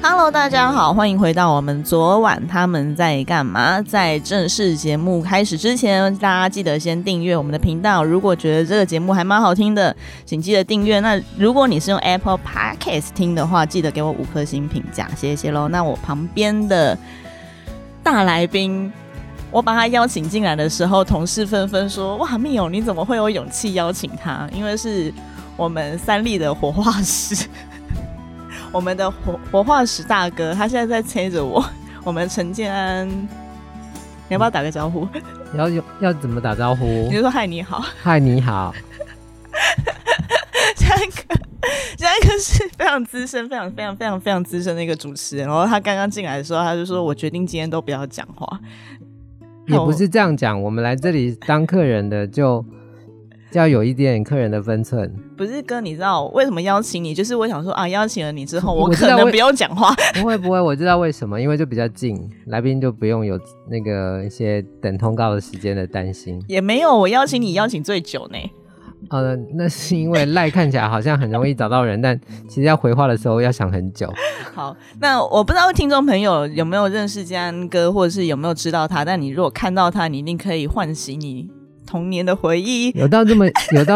Hello， 大家好，欢迎回到我们昨晚他们在干嘛。在正式节目开始之前，大家记得先订阅我们的频道。如果觉得这个节目还蛮好听的，请记得订阅。那如果你是用 Apple Podcast 听的话，记得给我5颗星评价，谢谢咯。那我旁边的大来宾，我把他邀请进来的时候，同事纷纷说：“哇，密友你怎么会有勇气邀请他？”因为是我们三立的活化石。我们的活化石大哥，他现在在催着我。我们陈建安，你要不要打个招呼？ 要怎么打招呼？ 你就说嗨，你好。 嗨，你好。 建安哥是非常资深、非常资深的一个主持人。然后他刚刚进来的时候，他就说：“我决定今天都不要讲话。” 也不是这样讲，我们来这里当客人的就要有一点客人的分寸。 不是哥，你知道为什么邀请你？就是我想说啊，邀请了你之后，我可能不用讲话。 不会，我知道为什么，因为就比较近，来宾就不用有那个一些等通告的时间的担心。 也没有，我邀请你邀请最久呢。 那是因为赖看起来好像很容易找到人，但其实要回话的时候要想很久。 好，那我不知道听众朋友有没有认识建安哥，或者是有没有知道他，但你如果看到他，你一定可以唤醒你童年的回忆。 有到这么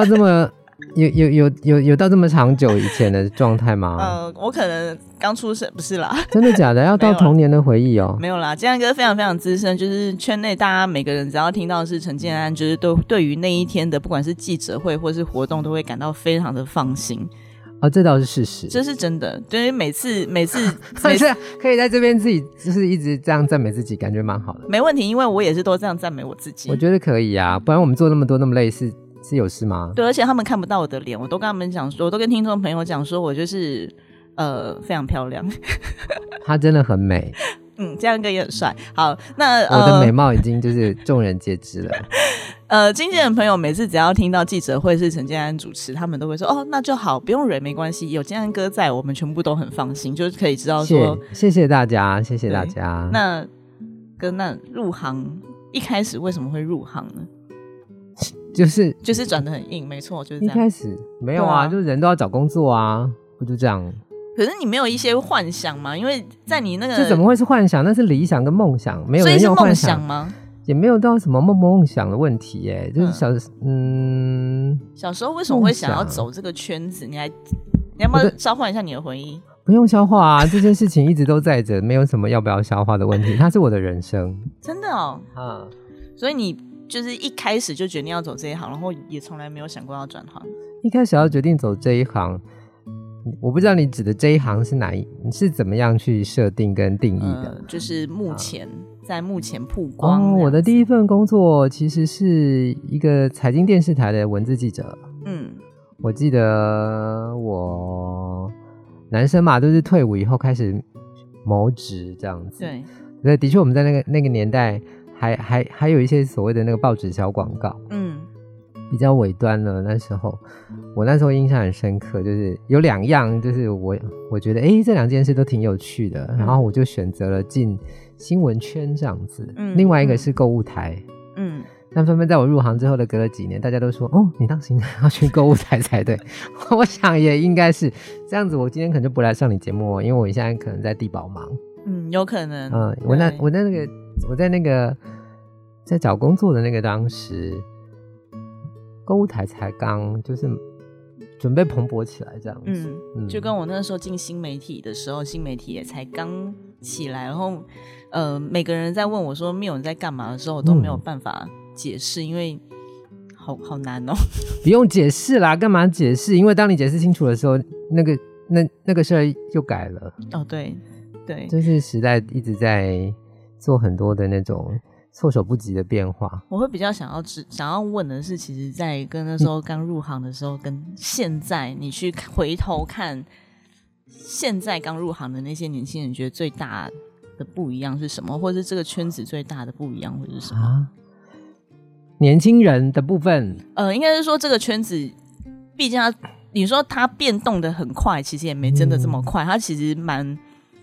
有到这么长久以前的状态吗？ 我可能刚出生，不是啦。 真的假的？要到童年的回忆哦？ 没有啦，建安哥非常资深，就是圈内大家每个人只要听到是陈建安，就是都对于那一天的不管是记者会或是活动都会感到非常的放心。 这倒是事实， 这是真的。对，每次可以在这边自己就是一直这样赞美自己，感觉蛮好的。 没问题，因为我也是都这样赞美我自己。 我觉得可以啊，不然我们做那么多那么累是有事吗？ 对，而且他们看不到我的脸，我都跟他们讲说，我都跟听众朋友讲说，我就是非常漂亮。 她真的很美。 这样哥也很帅。好，那我的美貌已经就是众人皆知了。 经纪人朋友每次只要听到记者会是陈建安主持，他们都会说哦，那就好，不用忍，没关系，有建安哥在，我们全部都很放心，就是可以知道说， 谢谢大家，谢谢大家。 那哥，那入行一开始为什么会入行呢？就是转得很硬，没错，就是这样。 一开始没有啊，就是人都要找工作啊，不就这样。 可是你没有一些幻想吗？因为在你那个， 这怎么会是幻想？那是理想跟梦想，没有人用幻想。 所以是梦想吗？ 也没有到什么梦想的问题耶，就是小时候为什么会想要走这个圈子？你要不要消化一下你的回忆？ 不用消化啊，这件事情一直都在着，没有什么要不要消化的问题，它是我的人生。 真的哦。所以你就是一开始就决定要走这一行，然后也从来没有想过要转行。 一开始要决定走这一行，我不知道你指的这一行是怎么样去设定跟定义的？ 就是在目前曝光。 我的第一份工作其实是一个财经电视台的文字记者。我记得我男生嘛，都是退伍以后开始谋职这样子。对，的确我们在那个年代还有一些所谓的那个报纸小广告。比较尾端了。我那时候印象很深刻，就是有2样，就是我觉得这2件事都挺有趣的，然后我就选择了进新闻圈这样子。另外一个是购物台。但纷纷在我入行之后的隔了几年，大家都说你当新人要去购物台才对。我想也应该是这样子，我今天可能就不来上你节目，因为我现在可能在地保忙。 有可能。 我在那个在找工作的那个当时，购物台才刚就是准备蓬勃起来这样子。 就跟我那时候进新媒体的时候，新媒体也才刚起来，然后每个人在问我说妙你在干嘛的时候，我都没有办法解释，因为好难哦。 不用解释啦，干嘛解释？因为当你解释清楚的时候，那个事儿又改了。对，就是时代一直在做很多的那种措手不及的变化。 我会比较想要问的是，其实在跟那时候刚入行的时候，跟现在你去回头看现在刚入行的那些年轻人，觉得最大的不一样是什么，或者是这个圈子最大的不一样会是什么？ 年轻人的部分应该是说这个圈子毕竟你说它变动的很快，其实也没真的这么快，它其实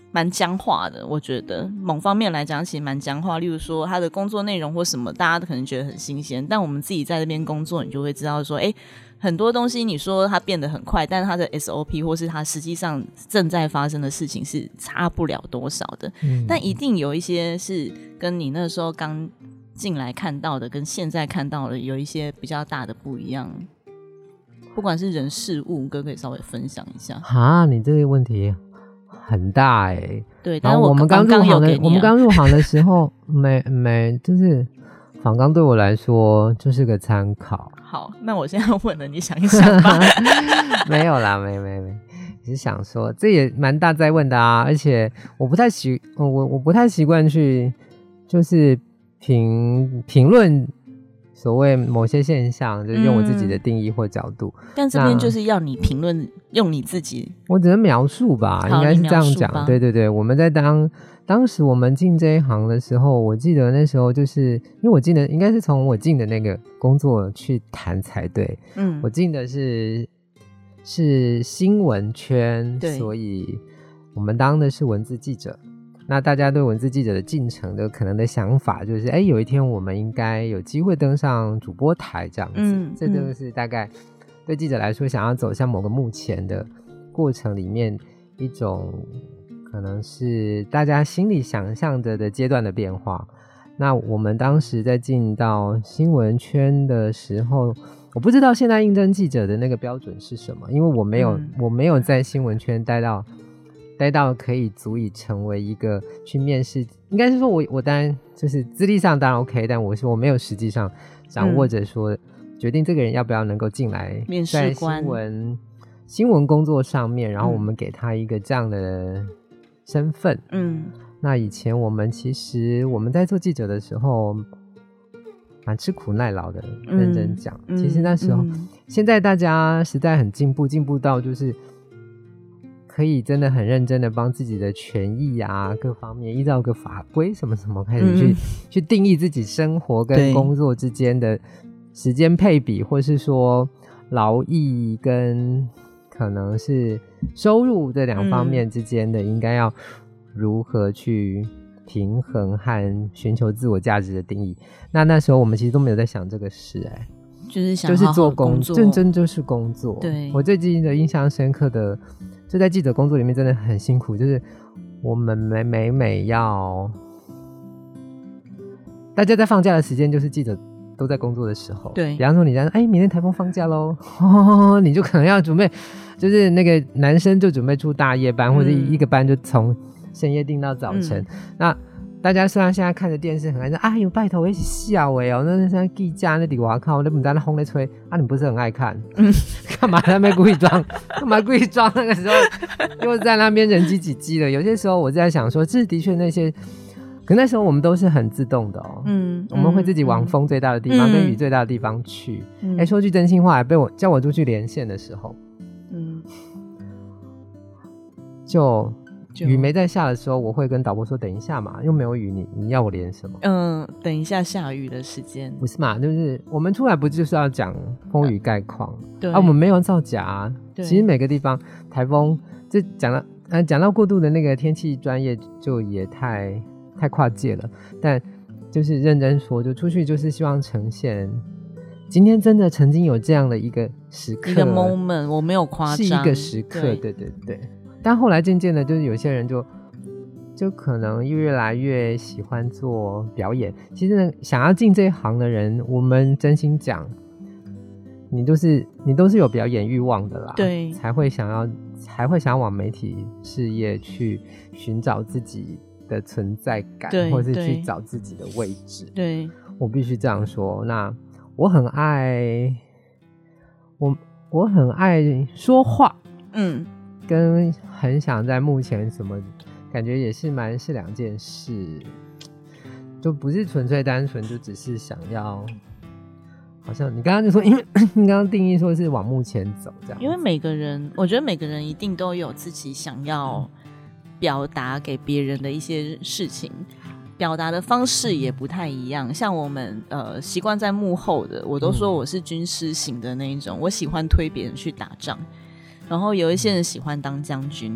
蛮僵化的，我觉得某方面来讲其实蛮僵化。例如说他的工作内容或什么，大家可能觉得很新鲜，但我们自己在这边工作，你就会知道说，很多东西你说它变得很快，但是它的 SOP 或是它实际上正在发生的事情是差不了多少的。但一定有一些是跟你那时候刚进来看到的跟现在看到的有一些比较大的不一样，不管是人事物，哥可以稍微分享一下。 你这个问题很大对，但是我们刚入行的，我们刚入行的时候，就是访纲对我来说就是个参考。 好，那我现在问了，你想一想吧。 没有啦，没，只是想说，这也蛮大在问的啊。而且我不太习惯去就是评论所谓某些现象，就是用我自己的定义或角度。 但这边就是要你评论，用你自己。 我只能描述吧，应该是这样讲。对，我们在当时我们进这一行的时候，我记得那时候就是因为我进的应该是从我进的那个工作去谈才对。我进的是新闻圈，所以我们当的是文字记者。那大家对文字记者的进程的可能的想法就是，有一天我们应该有机会登上主播台这样子。这就是大概对记者来说想要走向某个幕前的过程里面一种可能是大家心里想象着的阶段的变化。那我们当时在进到新闻圈的时候，我不知道现在应征记者的那个标准是什么，因为我没有在新闻圈待到可以足以成为一个去面试，应该是说我当然就是资历上当然 OK， 但我没有实际上掌握着说决定这个人要不要能够进来面试官在新闻工作上面，然后我们给他一个这样的身份。那以前我们在做记者的时候蛮吃苦耐劳的，认真讲。其实那时候现在大家时代很进步到就是可以真的很认真的帮自己的权益啊各方面依照个法规什么开始去定义自己生活跟工作之间的时间配比，或是说劳逸跟可能是收入这两方面之间的应该要如何去平衡和寻求自我价值的定义。那时候我们其实都没有在想这个事， 就是做工作，认真就是工作。 对， 我最近的印象深刻的就在记者工作里面真的很辛苦，就是我们每要大家在放假的时间，就是记者都在工作的时候。 对， 比方说你讲明天台风放假咯，你就可能要准备，就是那个男生就准备出大夜班，或者一个班就从深夜订到早晨。那大家虽然现在看着电视很爱说有拜托我一起笑那现在记者那里我靠，那不在那风在吹你不是很爱看干嘛在那边故意装那个时候又在那边人挤挤挤了。有些时候我在想说这的确那些可那时候我们都是很自动的我们会自己往风最大的地方跟雨最大的地方去。说句真心话，叫我出去连线的时候就雨没在下的时候，我会跟导播说等一下嘛，又没有雨，你要我连什么？ 等一下下雨的时间不是嘛？就是我们出来不就是要讲风雨概况？对我们没有造假其实每个地方台风，这讲到过度的那个天气专业，就也太跨界了。但就是认真说，就出去就是希望呈现今天真的曾经有这样的一个时刻， 一个 moment， 我没有夸张， 是一个时刻，对。但后来渐渐的，就是有些人就可能越来越喜欢做表演。其实呢，想要进这一行的人，我们真心讲，你都是有表演欲望的啦， 对， 才会想要往媒体事业去寻找自己的存在感，或是去找自己的位置。 对， 我必须这样说。那我很爱说话，跟很想在幕前什么感觉也是两件事，就不是纯粹单纯就只是想要，好像你刚刚就说，因为你刚刚定义说是往幕前走这样。 因为我觉得每个人一定都有自己想要表达给别人的一些事情，表达的方式也不太一样。像我们习惯在幕后的，我都说我是军师型的那一种，我喜欢推别人去打仗。然后有一些人喜欢当将军，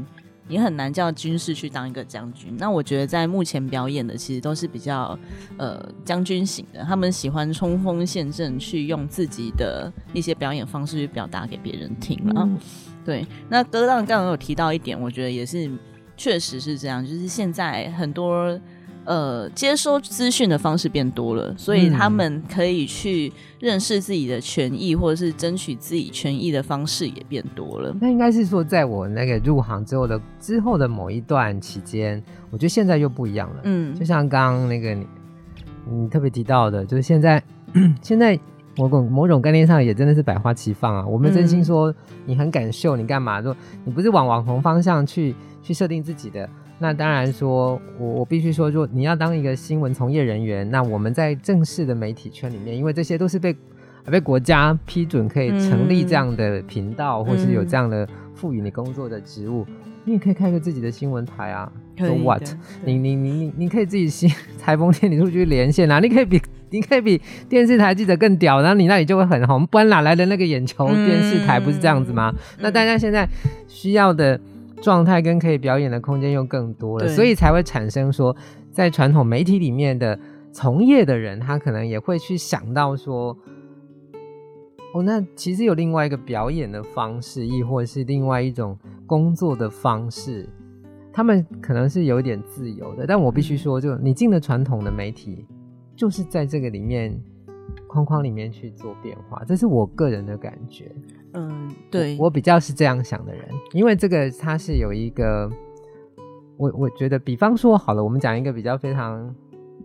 你很难叫军士去当一个将军。那我觉得在目前表演的其实都是比较将军型的，他们喜欢冲锋陷阵，去用自己的一些表演方式去表达给别人听了。对，那哥刚刚有提到一点，我觉得也是确实是这样，就是现在很多接收资讯的方式变多了，所以他们可以去认识自己的权益，或者是争取自己权益的方式也变多了。 那应该是说在我那个入行之后的某一段期间，我觉得现在又不一样了。就像刚刚那个你特别提到的，就是现在某种概念上也真的是百花齐放啊。我们真心说你很敢秀，你干嘛说你不是往网红方向去设定自己的，那当然说我必须说，如果你要当一个新闻从业人员，那我们在正式的媒体圈里面，因为这些都是被国家批准可以成立这样的频道，或是有这样的赋予你工作的职务，你也可以开一个自己的新闻台啊。说 what？ 你可以自己台风天你出去连线啊，你可以比电视台记者更屌，然后你那里就会很红，不然哪来的那个眼球电视台，不是这样子吗？那大家现在需要的状态跟可以表演的空间又更多了，所以才会产生说在传统媒体里面的从业的人，他可能也会去想到说那其实有另外一个表演的方式，亦或是另外一种工作的方式，他们可能是有点自由的。但我必须说，就你进了传统的媒体，就是在这个里面框框里面去做变化，这是我个人的感觉。 对， 我比较是这样想的人，因为这个它是有一个我觉得，比方说好了，我们讲一个比较非常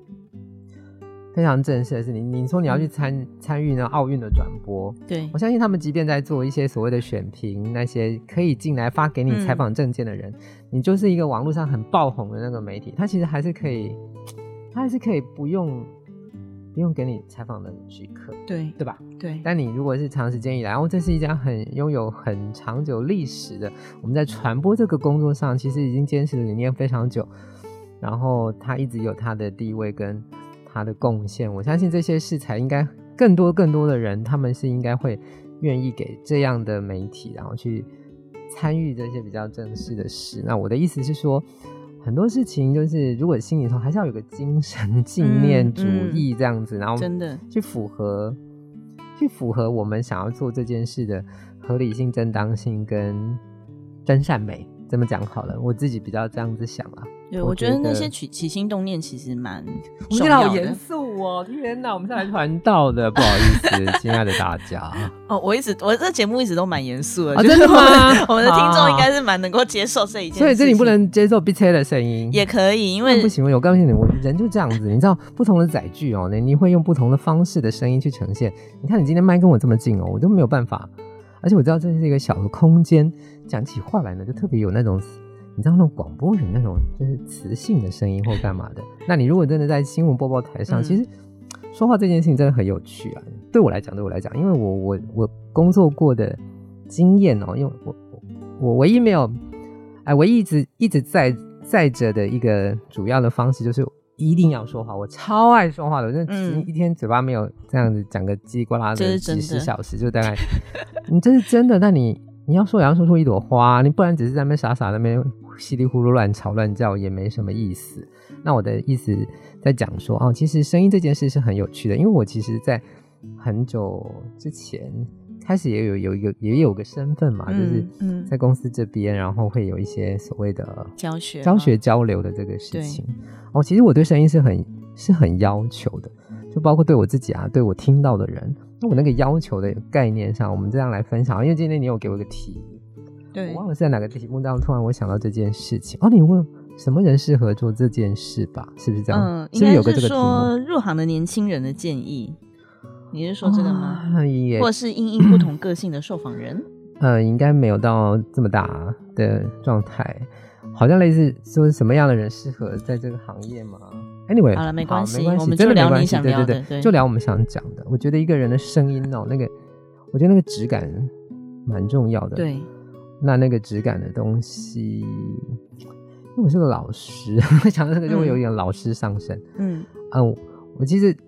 正式的事情，你说你要去参与那奥运的转播， 对， 我相信他们即便在做一些所谓的选评，那些可以进来发给你采访证件的人，你就是一个网络上很爆红的那个媒体，他其实还是可以不用给你采访的许可，对吧？对。但你如果是长时间以来，这是一家拥有很长久历史的，我们在传播这个工作上其实已经坚持的理念非常久，然后他一直有他的地位跟他的贡献，我相信这些事才应该更多的人，他们是应该会愿意给这样的媒体，然后去参与这些比较正式的事。那我的意思是说，很多事情就是如果心里头还是要有个精神信念主义这样子，然后真的去符合我们想要做这件事的合理性、正当性跟真善美，这么讲好了，我自己比较这样子想啦。 对，我觉得那些起心动念其实蛮重要的。 我们好严肃哦，天哪，我们是来传道的，不好意思，亲爱的大家。 我这节目一直都蛮严肃的， 真的吗？ 我们的听众应该是蛮能够接受这一件事情。 所以这里不能接受 BT 的声音， 也可以，因为不行，我告诉你，我人就这样子，你知道，不同的载具哦，你会用不同的方式的声音去呈现。你看，你今天麦跟我这么近哦，我都没有办法，而且我知道这是一个小的空间，讲起话来呢，就特别有那种。你知道那种广播人那种就是磁性的声音或干嘛的，那你如果真的在新闻播报台上，其实说话这件事情真的很有趣啊。对我来讲，因为我工作过的经验哦，因为我唯一没有唯一一直在着的一个主要的方式就是一定要说话，我超爱说话的，我一天嘴巴没有这样子讲个叽里呱啦的几十小时，就大概你这是真的，但你要说也要说出一朵花，你不然只是在那边傻傻那边稀里糊涂乱吵乱叫也没什么意思。那我的意思在讲说其实声音这件事是很有趣的，因为我其实在很久之前开始也有个身份嘛，就是在公司这边，然后会有一些所谓的教学交流的这个事情。其实我对声音是很要求的，就包括对我自己对我听到的人，那我那个要求的概念上，我们这样来分享。因为今天你有给我一个题，对，我忘了是在哪个题目当中突然我想到这件事情。你问什么人适合做这件事吧？是不是这样？是不是有个这个题目？应该是说入行的年轻人的建议。你是说这个吗？或是因应不同个性的受访人？ 应该没有到这么大的状态，好像类似说什么样的人适合在这个行业吗？ Anyway， 好了，没关系，我们就聊你想聊的，对，就聊我们想讲的。我觉得一个人的声音我觉得那个质感蛮重要的。对，那个质感的东西，因为我是个老师，讲到这个就会有一点老师上身。我其实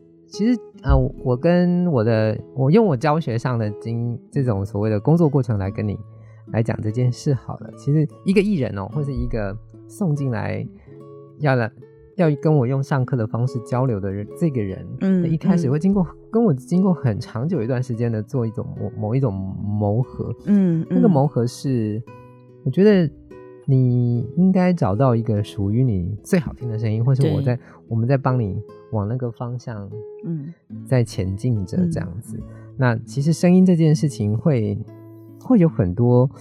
我跟我用我教学上的这种所谓的工作过程来跟你来讲这件事好了。其实一个艺人哦，或是一个送进来要跟我用上课的方式交流的人，这个人一开始会经过很长久一段时间的做一种某一种磨合。那个磨合是我觉得你应该找到一个属于你最好听的声音，或是我们在帮你往那个方向在前进着这样子。那其实声音这件事情会有很多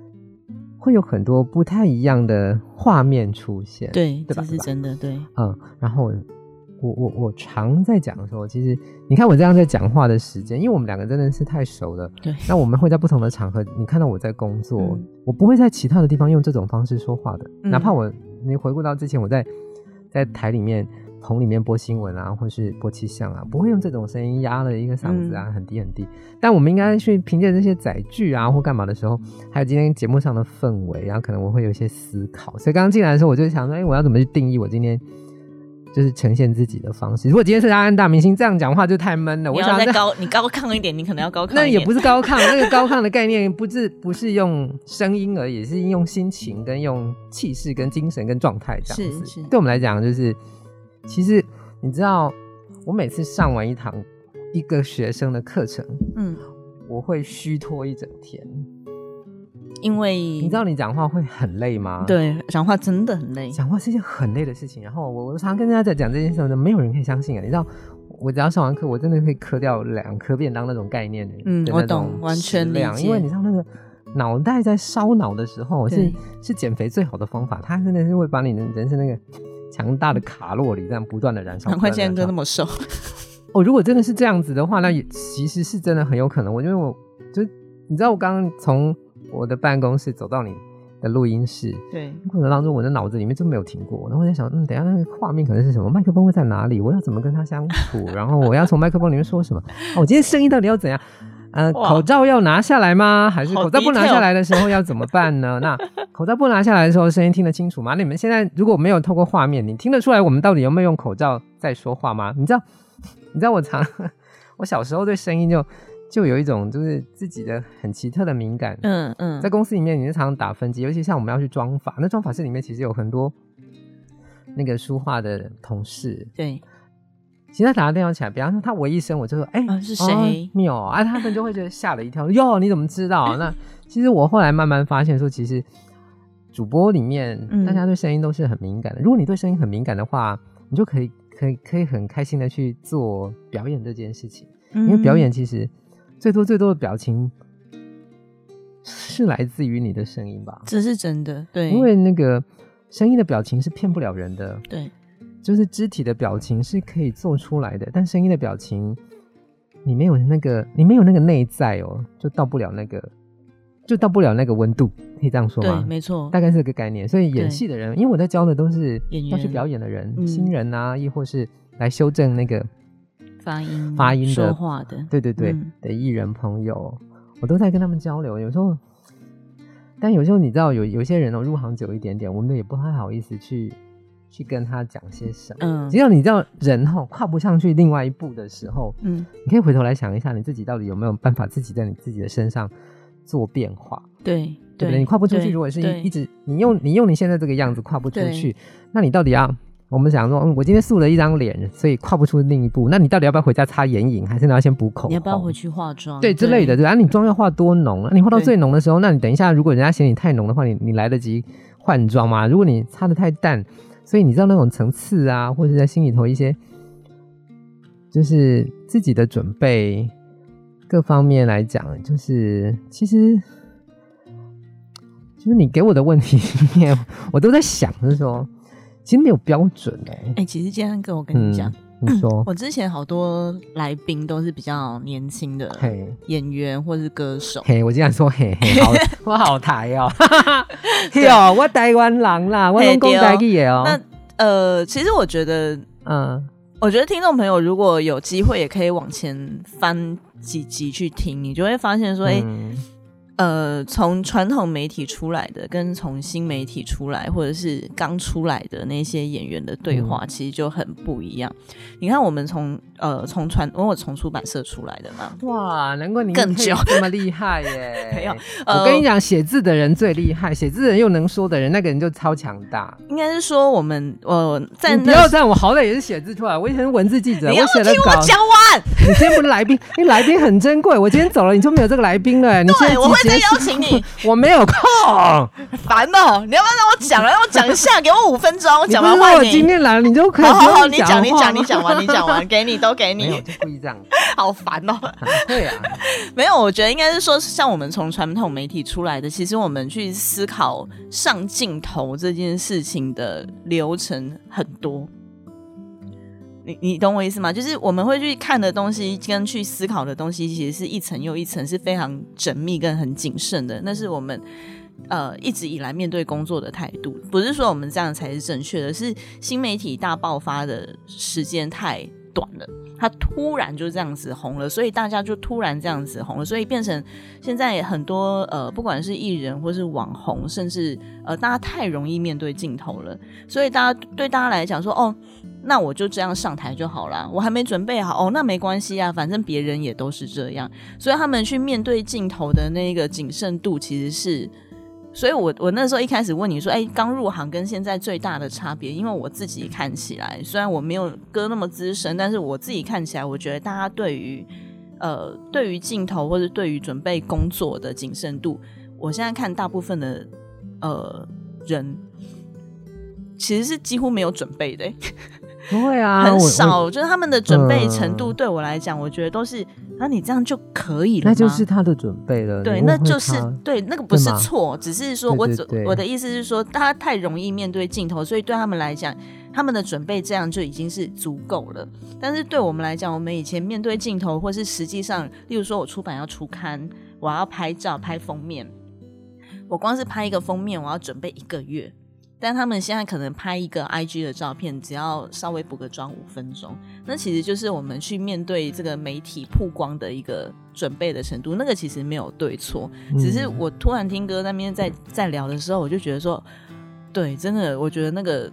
不太一样的画面出现， 对吧？ 这是真的，对。 然后我常在讲说，其实你看我这样在讲话的时间，因为我们两个真的是太熟了， 对。 那我们会在不同的场合，你看到我在工作，我不会在其他的地方用这种方式说话的，哪怕你回顾到之前我在台里面棚里面播新闻啊，或是播气象啊，不会用这种声音压了一个嗓子啊，很低很低。但我们应该去凭借这些载具啊或干嘛的时候，还有今天节目上的氛围，然后可能我会有一些思考。所以刚刚进来的时候，我就想说，我要怎么去定义我今天就是呈现自己的方式？如果今天是大安大明星这样讲话就太闷了。 你要再你高亢一点，你可能要高亢一点。 那也不是高亢，那个高亢的概念不是用声音而已，是用心情跟用气势跟精神跟状态这样子。是对我们来讲就是。其实你知道我每次上完一个学生的课程我会虚脱一整天，因为你知道你讲话会很累吗？ 对，讲话真的很累， 讲话是一件很累的事情。然后我常常跟大家在讲这件事，没有人可以相信啊。你知道我只要上完课，我真的可以磕掉2颗便当那种概念的我懂，完全理解。 因为你知道那个脑袋在烧脑的时候是减肥最好的方法，它真的是会把你的人生那个强大的卡路里这样不断的燃烧。 难怪健哥那么瘦。 如果真的是这样子的话，那也其实是真的很有可能。因为你知道我刚刚从我的办公室走到你的录音室，对，过程当中我的脑子里面就没有停过。然后我在想，等一下那个画面可能是什么？麦克风会在哪里？我要怎么跟他相处？然后我要从麦克风里面说什么？我今天声音到底要怎样？口罩要拿下来吗？还是口罩不拿下来的时候要怎么办呢？那口罩不拿下来的时候声音听得清楚吗？那你们现在如果没有透过画面，你听得出来我们到底有没有用口罩在说话吗？你知道我小时候对声音就有一种就是自己的很奇特的敏感。在公司里面你就常常打分级，尤其像我们要去妆发，那妆发室里面其实有很多那个书画的同事，对，其实他打个电话起来，比方说他喂一声，我就说是谁？妙啊！他们就会觉得吓了一跳，哟，你怎么知道？那其实我后来慢慢发现说，其实主播里面大家对声音都是很敏感的。如果你对声音很敏感的话，你就可以很开心的去做表演这件事情。因为表演其实最多的表情是来自于你的声音吧？这是真的，对，因为那个声音的表情是骗不了人的，对。就是肢体的表情是可以做出来的，但声音的表情你没有那个内在就到不了那个温度，可以这样说吗？对，没错，大概是这个概念。所以演戏的人，因为我在教的都是要去表演的人，新人啊，亦或是来修正那个发音的说话的，对的艺人朋友，我都在跟他们交流。有时候你知道有些人入行久一点点，我们也不太好意思去跟他讲些什么。只要你知道人跨不上去另外一步的时候，你可以回头来想一下你自己到底有没有办法自己在你自己的身上做变化。对不对？你跨不出去，如果是一直你用你现在这个样子跨不出去，那你到底要我们想说我今天素了一张脸，所以跨不出另一步，那你到底要不要回家擦眼影，还是你要先补口红？你要不要回去化妆？对之类的，对啊，你妆要化多浓啊？你化到最浓的时候，那你等一下如果人家嫌你太浓的话，你来得及换装吗？如果你擦得太淡，所以你知道那种层次啊，或者在心里头一些就是自己的准备各方面来讲，就是其实就是你给我的问题里面我都在想，就是说其实没有标准其实今天跟我跟你讲，你说我之前好多来宾都是比较年轻的演员或是歌手。我竟然说我好台哦我台湾人啦，我拢讲台语的哦。那其实我觉得听众朋友如果有机会也可以往前翻几集去听，你就会发现说从传统媒体出来的跟从新媒体出来或者是刚出来的那些演员的对话其实就很不一样。你看我们从我从出版社出来的嘛， 哇，难怪你更久这么厉害耶没有， 我跟你讲，写字的人最厉害，写字的人又能说的人，那个人就超强大。 应该是说我们在你不要这样，我好歹也是写字出来，我以前是文字记者， 你要我写的稿。 听我讲完。 你今天不是来宾，因为来宾很珍贵，我今天走了你就没有这个来宾了。你对，我会再邀请你。 我没有空， 烦哦！你要不要让我讲？让我讲一下，给我5分钟，讲完换你。 我今天来了，你就可以好，你讲完，给你，都给你。 没有，就故意这样。 好烦哦！ 对啊， 没有，我觉得应该是说，像我们从传统媒体出来的，其实我们去思考上镜头这件事情的流程很多。你懂我意思吗？就是我们会去看的东西跟去思考的东西其实是一层又一层，是非常缜密跟很谨慎的，那是我们一直以来面对工作的态度。不是说我们这样才是正确的，是新媒体大爆发的时间太短了，它突然就这样子红了，所以大家就突然这样子红了，所以变成现在很多不管是艺人或是网红，甚至大家太容易面对镜头了，所以对大家来讲说，哦，那我就这样上台就好啦，我还没准备好，哦，那没关系啊，反正别人也都是这样，所以他们去面对镜头的那个谨慎度其实是。所以我那时候一开始问你说，刚入行跟现在最大的差别，因为我自己看起来，虽然我没有哥那么资深，但是我自己看起来，我觉得大家对于镜头或者对于准备工作的谨慎度，我现在看大部分的人其实是几乎没有准备的。 不会啊， 很少，就是他们的准备程度对我来讲，我觉得都是你这样就可以了吗？ 那就是他的准备了。 对，那就是对，那个不是错，只是说我的意思是说，他太容易面对镜头，所以对他们来讲，他们的准备这样就已经是足够了。但是对我们来讲，我们以前面对镜头，或是实际上，例如说我出版要出刊，我要拍照、拍封面，我光是拍一个封面，我要准备1个月。但他们现在可能拍一个 IG 的照片，只要稍微补个妆5分钟，那其实就是我们去面对这个媒体曝光的一个准备的程度。那个其实没有对错，只是我突然听哥那边在聊的时候，我就觉得说，对，真的，我觉得那个，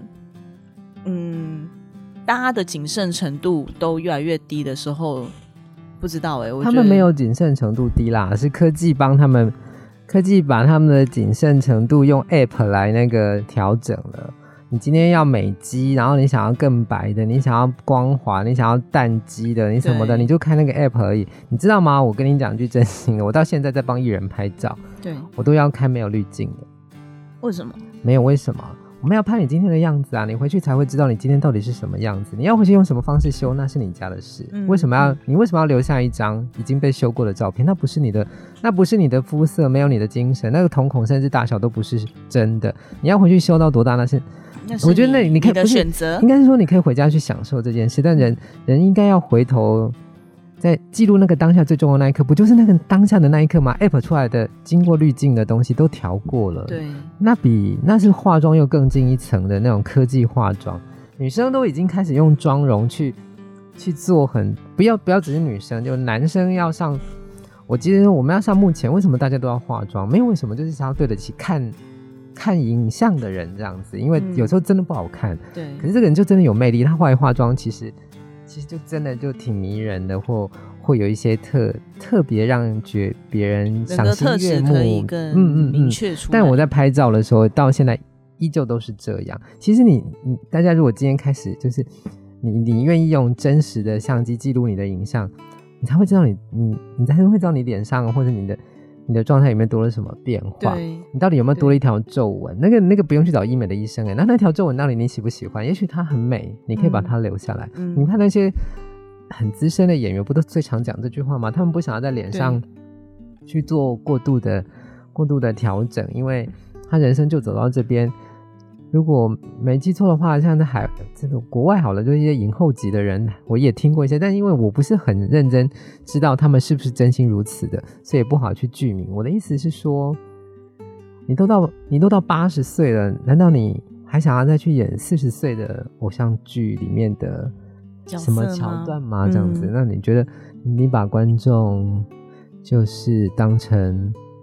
大家的谨慎程度都越来越低的时候，不知道我觉得他们没有谨慎程度低啦，是科技帮他们。科技把他们的谨慎程度用 App 来那个调整了。你今天要美肌，然后你想要更白的，你想要光滑，你想要淡肌的，你什么的，你就开那个 App 而已。你知道吗？我跟你讲句真心的，我到现在在帮艺人拍照， 对， 我都要开没有滤镜的。 为什么？ 没有为什么？我们要拍你今天的样子啊，你回去才会知道你今天到底是什么样子。你要回去用什么方式修，那是你家的事。你为什么要留下一张已经被修过的照片？那不是你的肤色，没有你的精神，那个瞳孔甚至大小都不是真的。你要回去修到多大？那是我觉得你可以的选择， 应该是说你可以回家去享受这件事，但人应该要回头。在记录那个当下最重要的那一刻，不就是那个当下的那一刻吗？ App 出来的经过滤镜的东西都调过了， 对， 那是化妆又更进一层的那种科技化妆。女生都已经开始用妆容去做不要只是女生，就男生要上。我记得我们要上幕前，为什么大家都要化妆？没有为什么，就是想要对得起看影像的人这样子，因为有时候真的不好看。 对， 可是这个人就真的有魅力，他化妆其实就真的就挺迷人的，或会有一些特别让别人赏心悦目， 可以更明确出来。 但我在拍照的时候，到现在依旧都是这样。其实大家如果今天开始，就是你愿意用真实的相机记录你的影像，你才会知道你才会知道你脸上或者你的状态里面多了什么变化，你到底有没有多了一条皱纹？那个不用去找医美的医生那条皱纹到底你喜不喜欢？也许它很美，你可以把它留下来。你看那些很资深的演员，不都最常讲这句话吗？他们不想要在脸上去做过度的调整，因为他人生就走到这边。如果没记错的话，像在这种国外好了，就是一些影后级的人，我也听过一些，但因为我不是很认真知道他们是不是真心如此的，所以也不好去具名。我的意思是说，你都到80岁了，难道你还想要再去演40岁的偶像剧里面的什么桥段吗？这样子，那你觉得你把观众就是当成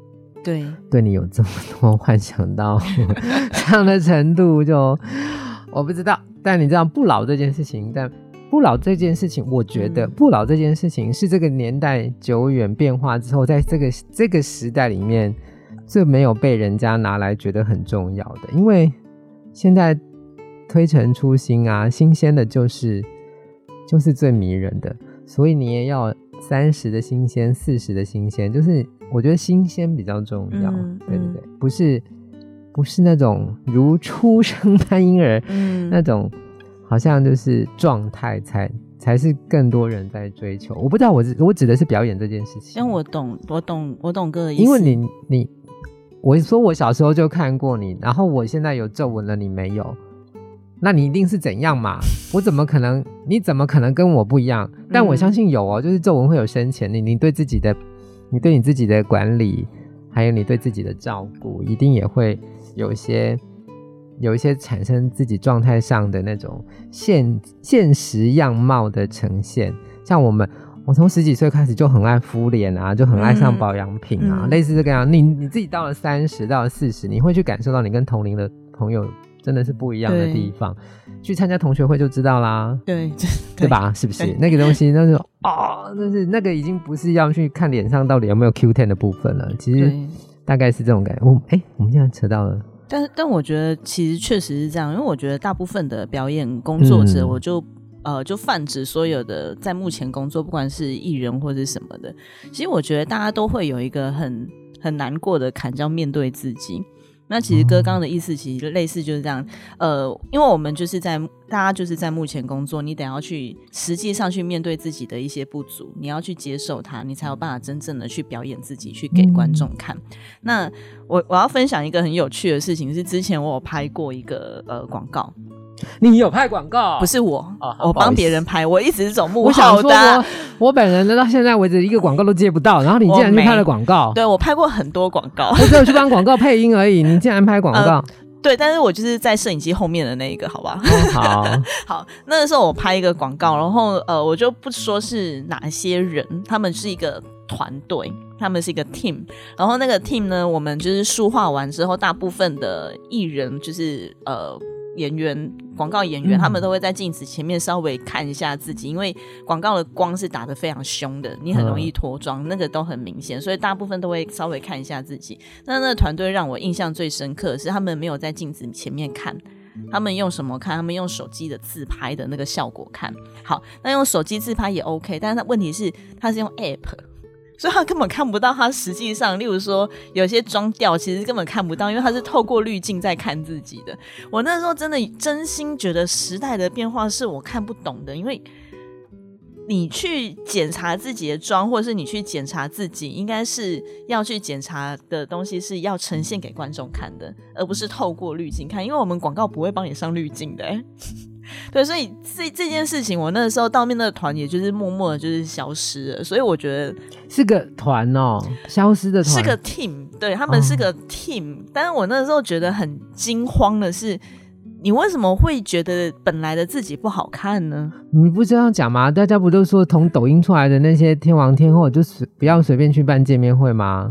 对你有这么多幻想到这样的程度，就我不知道。但你知道不老这件事情，我觉得不老这件事情是这个年代久远变化之后，在这个时代里面最没有被人家拿来觉得很重要的。因为现在推陈出新啊，新鲜的就是最迷人的，所以你也要30的新鲜，40的新鲜，就是我觉得新鲜比较重要。对对对，不是那种如出生般婴儿，那种好像就是状态才是更多人在追求。我不知道我指的是表演这件事情。 因为我懂哥的意思。 因为你我说我小时候就看过你，然后我现在有皱纹了，你没有，那你一定是怎样嘛？你怎么可能跟我不一样？但我相信有哦，就是皱纹会有深浅，你对你自己的管理，还有你对自己的照顾，一定也会有一些产生自己状态上的那种现实样貌的呈现。像我从10几岁开始就很爱敷脸啊，就很爱上保养品啊，类似这个样。你自己到了30到了40，你会去感受到你跟同龄的朋友真的是不一样的地方。去参加同学会就知道啦，对吧？是不是？那个东西就是那个已经不是要去看脸上到底有没有 Q10 的部分了，其实大概是这种感觉。我们现在扯到了。 但我觉得其实确实是这样，因为我觉得大部分的表演工作者，我就泛指所有的在目前工作，不管是艺人或者什么的，其实我觉得大家都会有一个很难过的坎，叫面对自己。那其实哥刚刚的意思其实类似就是这样，因为我们大家就是在目前工作，你得要去实际上去面对自己的一些不足，你要去接受它，你才有办法真正的去表演自己，去给观众看。那我要分享一个很有趣的事情，是之前我有拍过一个广告。 你有拍广告？ 不是我帮别人拍，我一直是走幕后的。 我本人到现在为止一个广告都接不到，然后你竟然去拍了广告。 对，我拍过很多广告， 我只有去帮广告配音而已，你竟然拍广告。 对，但是我就是在摄影机后面的那一个，好吧？好，那个时候我拍一个广告，然后我就不说是哪些人，他们是一个团队，他们是一个 team， 然后那个 team 呢，我们就是梳化完之后，大部分的艺人就是广告演员，他们都会在镜子前面稍微看一下自己，因为广告的光是打得非常凶的，你很容易脱妆，那个都很明显，所以大部分都会稍微看一下自己。那个团队让我印象最深刻的是，他们没有在镜子前面看，他们用什么看？他们用手机的自拍的那个效果看。好，那用手机自拍也 OK， 但是问题是他是用 App，所以他根本看不到他实际上，例如说有些妆调其实根本看不到，因为他是透过滤镜在看自己的。我那时候真心觉得时代的变化是我看不懂的，因为你去检查自己的妆，或者是你去检查自己，应该是要去检查的东西是要呈现给观众看的，而不是透过滤镜看，因为我们广告不会帮你上滤镜的对，所以这件事情我那个时候到面那个团也就是默默的就是消失了，所以我觉得是个团哦，消失的团是个 team， 对，他们是个 team，但是我那个时候觉得很惊慌的是，你为什么会觉得本来的自己不好看呢？ 你不这样讲吗？大家不都说从抖音出来的那些天王天后就不要随便去办见面会吗？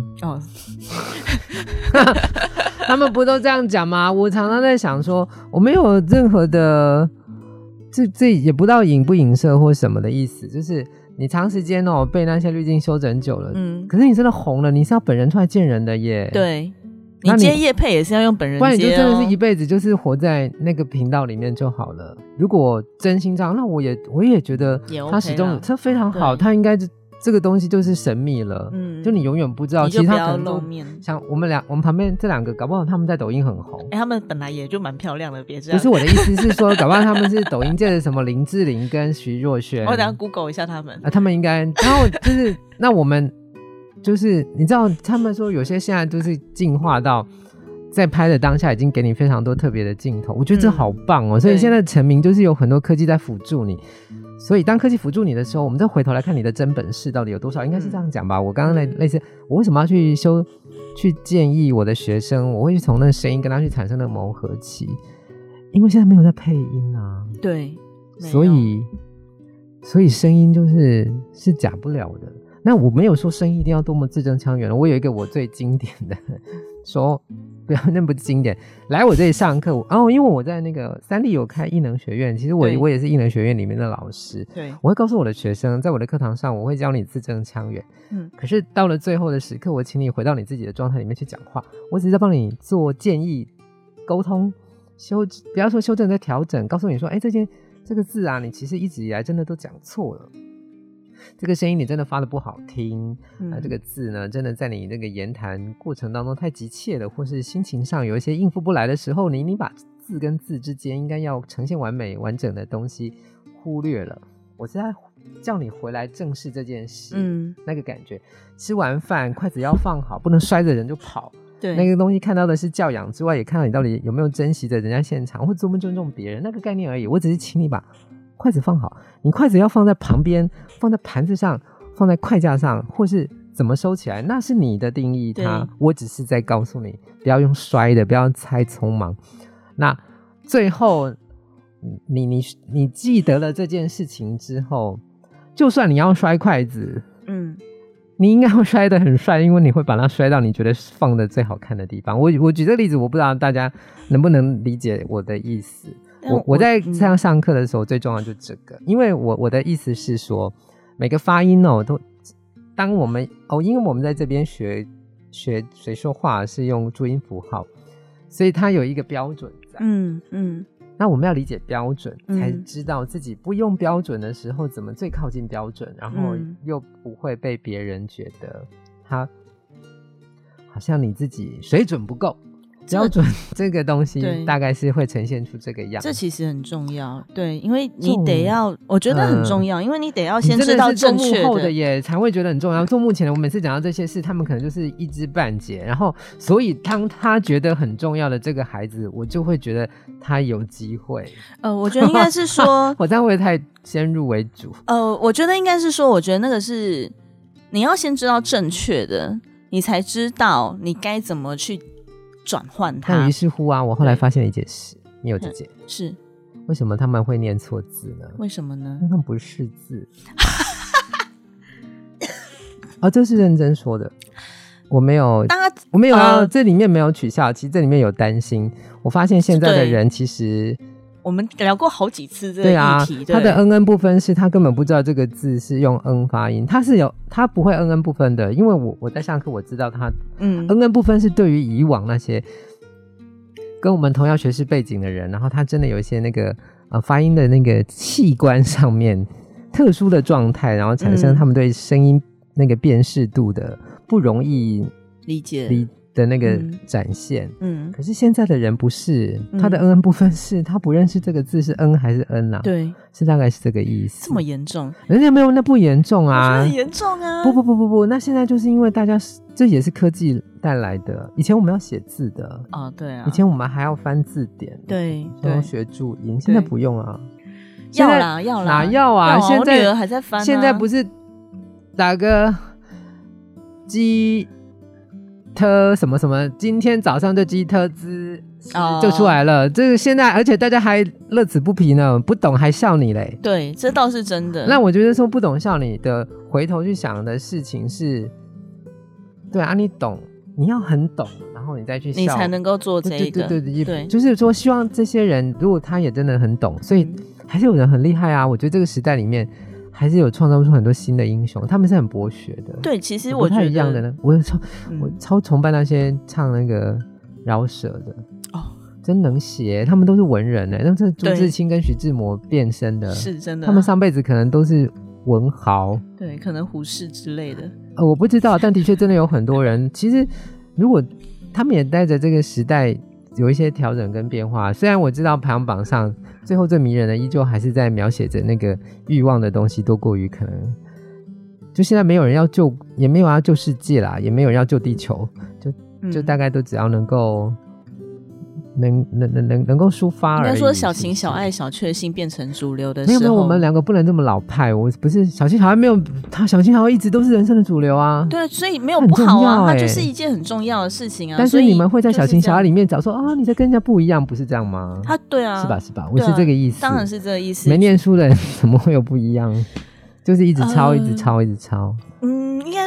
他们不都这样讲吗？我常常在想说，我没有任何的这也不到影不影射或什么的意思，就是你长时间被那些滤镜修整久了，可是你真的红了，你是要本人出来见人的耶。 对，你接业配也是要用本人接不然你就真的是一辈子就是活在那个频道里面就好了。如果真心这样，那我也觉得他始终他非常好，他应该这个东西就是神秘了，就你永远不知道， 其实他可能都像我们旁边这两个，搞不好他们在抖音很红。 他们本来也就蛮漂亮的，别这样。 不是我的意思是说，搞不好他们是抖音界的什么林志玲跟徐若瑄。 我等下 Google 一下他们。 他们应该，然后就是那我们就是你知道，他们说有些现在都是进化到在拍的当下已经给你非常多特别的镜头，我觉得这好棒哦。所以现在成名就是有很多科技在辅助你。所以当科技辅助你的时候，我们再回头来看你的真本事到底有多少，应该是这样讲吧。我刚刚类似我为什么要去建议我的学生，我会去从那个声音跟他去产生那个磨合期，因为现在没有在配音啊。 对， 所以声音是假不了的。 那我没有说声音一定要多么字正腔圆，我有一个我最经典的说，不要那不经典，来我这里上课因为我在那个三立有开艺能学院，其实我也是艺能学院里面的老师， 对， 我会告诉我的学生，在我的课堂上我会教你字正腔圆，可是到了最后的时刻，我请你回到你自己的状态里面去讲话，我只是在帮你做建议、沟通、不要说修正，再调整，告诉你说，这个字啊，你其实一直以来真的都讲错了。这个声音你真的发的不好听，这个字呢，真的在你那个言谈过程当中太急切了，或是心情上有一些应付不来的时候，你把字跟字之间应该要呈现完美完整的东西忽略了。我是在叫你回来正视这件事，那个感觉，吃完饭筷子要放好，不能摔着人就跑。对，那个东西看到的是教养之外，也看到你到底有没有珍惜着人家现场，或尊不尊重别人，那个概念而已。我只是请你把筷子放好，你筷子要放在旁边，放在盘子上，放在筷架上，或是怎么收起来，那是你的定义它，我只是在告诉你不要用摔的，不要太匆忙。那最后你记得了这件事情之后，就算你要摔筷子，你应该会摔得很帅，因为你会把它摔到你觉得放的最好看的地方。我举这个例子，我不知道大家能不能理解我的意思。我在上课的时候最重要就这个，因为我的意思是说，每个发音都当我们因为我们在这边学谁说话是用注音符号，所以它有一个标准在。那我们要理解标准，才知道自己不用标准的时候怎么最靠近标准，然后又不会被别人觉得他好像你自己水准不够。标准这个东西大概是会呈现出这个样子， 这其实很重要。对，因为你得要我觉得很重要，因为你得要先知道正确的， 做幕后的也才会觉得很重要。做幕前的我每次讲到这些事，他们可能就是一知半解，然后所以当他觉得很重要的这个孩子，我就会觉得他有机会。 我觉得应该是说我这样会太先入为主。 我觉得应该是说，我觉得那个是你要先知道正确的，你才知道你该怎么去转换它。 但于是乎啊，我后来发现了一件事，你有理解是为什么他们会念错字呢？ 为什么呢？ 因为他们不识字。这是认真说的，我没有这里面没有取笑，其实这里面有担心。我发现现在的人其实我们聊过好几次这个议题， 他的 NN 部分是他根本不知道这个字是用 N 发音，他不会 NN 部分的，因为我在上课我知道他NN 部分是对于以往那些跟我们同样学识背景的人，然后他真的有一些那个发音的那个器官上面特殊的状态，然后产生他们对声音那个辨识度的不容易理解的那个展现。可是现在的人不是，他的 NN 部分是他不认识这个字是 N 还是 N 啊？ 对， 是大概是这个意思。 这么严重？ 人家没有，那不严重啊。 我觉得很严重啊。 不，那现在就是因为大家这也是科技带来的。以前我们要写字的对啊， 以前我们还要翻字典， 对， 要学注音，现在不用啊。 要啦哪要啊？现在我女儿还在翻啊。 现在不是打个鸡特什么什么，今天早上就鸡特兹就出来了。这个现在，而且大家还乐此不疲呢，不懂还笑你嘞。 对，这倒是真的。 那我觉得说不懂笑你的，回头去想的事情是，对啊，你懂，你要很懂，然后你再去笑， 你才能够做这个。 对，就是说希望这些人，如果他也真的很懂，所以还是有人很厉害啊。我觉得这个时代里面还是有创造出很多新的英雄，他们是很博学的。 对，其实我觉得不太一样的呢。我超崇拜那些唱那个饶舌的真能写，他们都是文人呢。那这朱自清跟徐志摩变身的， 是真的。 他们上辈子可能都是文豪， 对，可能胡适之类的。 我不知道，但的确真的有很多人。其实如果他们也带着这个时代有一些调整跟变化，虽然我知道排行榜上最后最迷人的依旧还是在描写着那个欲望的东西多过于可能，就现在没有人要救，也没有要救世界啦，也没有人要救地球，就大概都只要能够能够抒发而已。 应该说小情小爱小确幸变成主流的时候， 没有，我们两个不能这么老派。我不是小情小爱，没有他小情小爱一直都是人生的主流啊。 对，所以没有不好啊，它就是一件很重要的事情啊。 但是你们会在小情小爱里面找说你在跟人家不一样，不是这样吗？ 对啊， 是吧？我是这个意思。 当然是这个意思。 没念书的人怎么会有不一样？就是一直抄，一直抄，一直抄。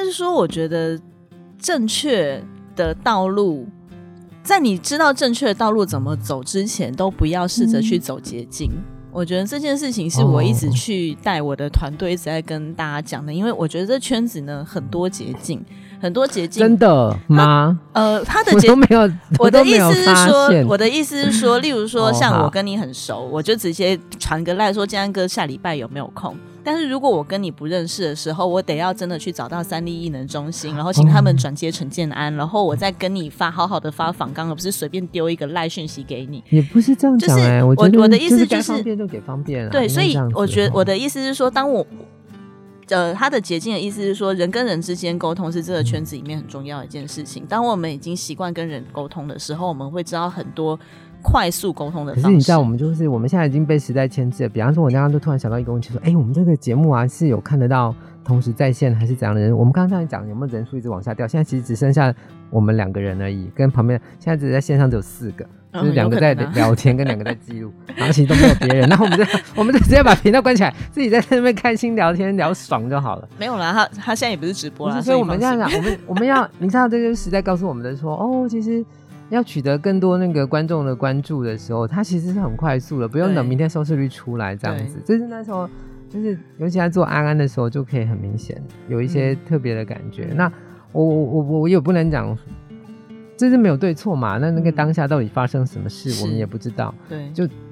是说我觉得正确的道路，在你知道正确的道路怎么走之前，都不要试着去走捷径。我觉得这件事情是我一直去带我的团队一直在跟大家讲的，因为我觉得这圈子呢很多捷径，很多捷径。 真的吗？ 他的捷径我的意思是说，例如说像我跟你很熟，我就直接传个赖说建安哥下礼拜有没有空。但是如果我跟你不认识的时候，我得要真的去找到三立艺能中心，然后请他们转接陈建安，然后我再跟你好好的发访纲，而不是随便丢一个赖讯息给你。 也不是这样讲就是我的意思就是方便就给方便了。 对，所以我觉得我的意思是说，当我他的捷径的意思是说，人跟人之间沟通是这个圈子里面很重要的一件事情。当我们已经习惯跟人沟通的时候，我们会知道很多快速沟通的方式。 可是你知道，我们现在已经被时代牵制了。比方说，我刚刚就突然想到一个问题，说，我们这个节目啊是有看得到同时在线还是怎样的人？我们刚刚讲有没有人数一直往下掉？现在其实只剩下我们2个人而已，跟旁边现在只在线上只有4个。就是2个在聊天，跟2个在记录，然后其实都没有别人。然后我们就直接把频道关起来，自己在那边开心聊天，聊爽就好了。 没有啦，他现在也不是直播啦， 所以我们这样讲，我们要，你知道这个时代告诉我们的说，其实要取得更多那个观众的关注的时候，它其实是很快速的，不用等明天收视率出来这样子。就是那时候，就是尤其在做安安的时候，就可以很明显有一些特别的感觉。那我也不能讲。这是没有对错嘛？那个当下到底发生什么事，我们也不知道。 对，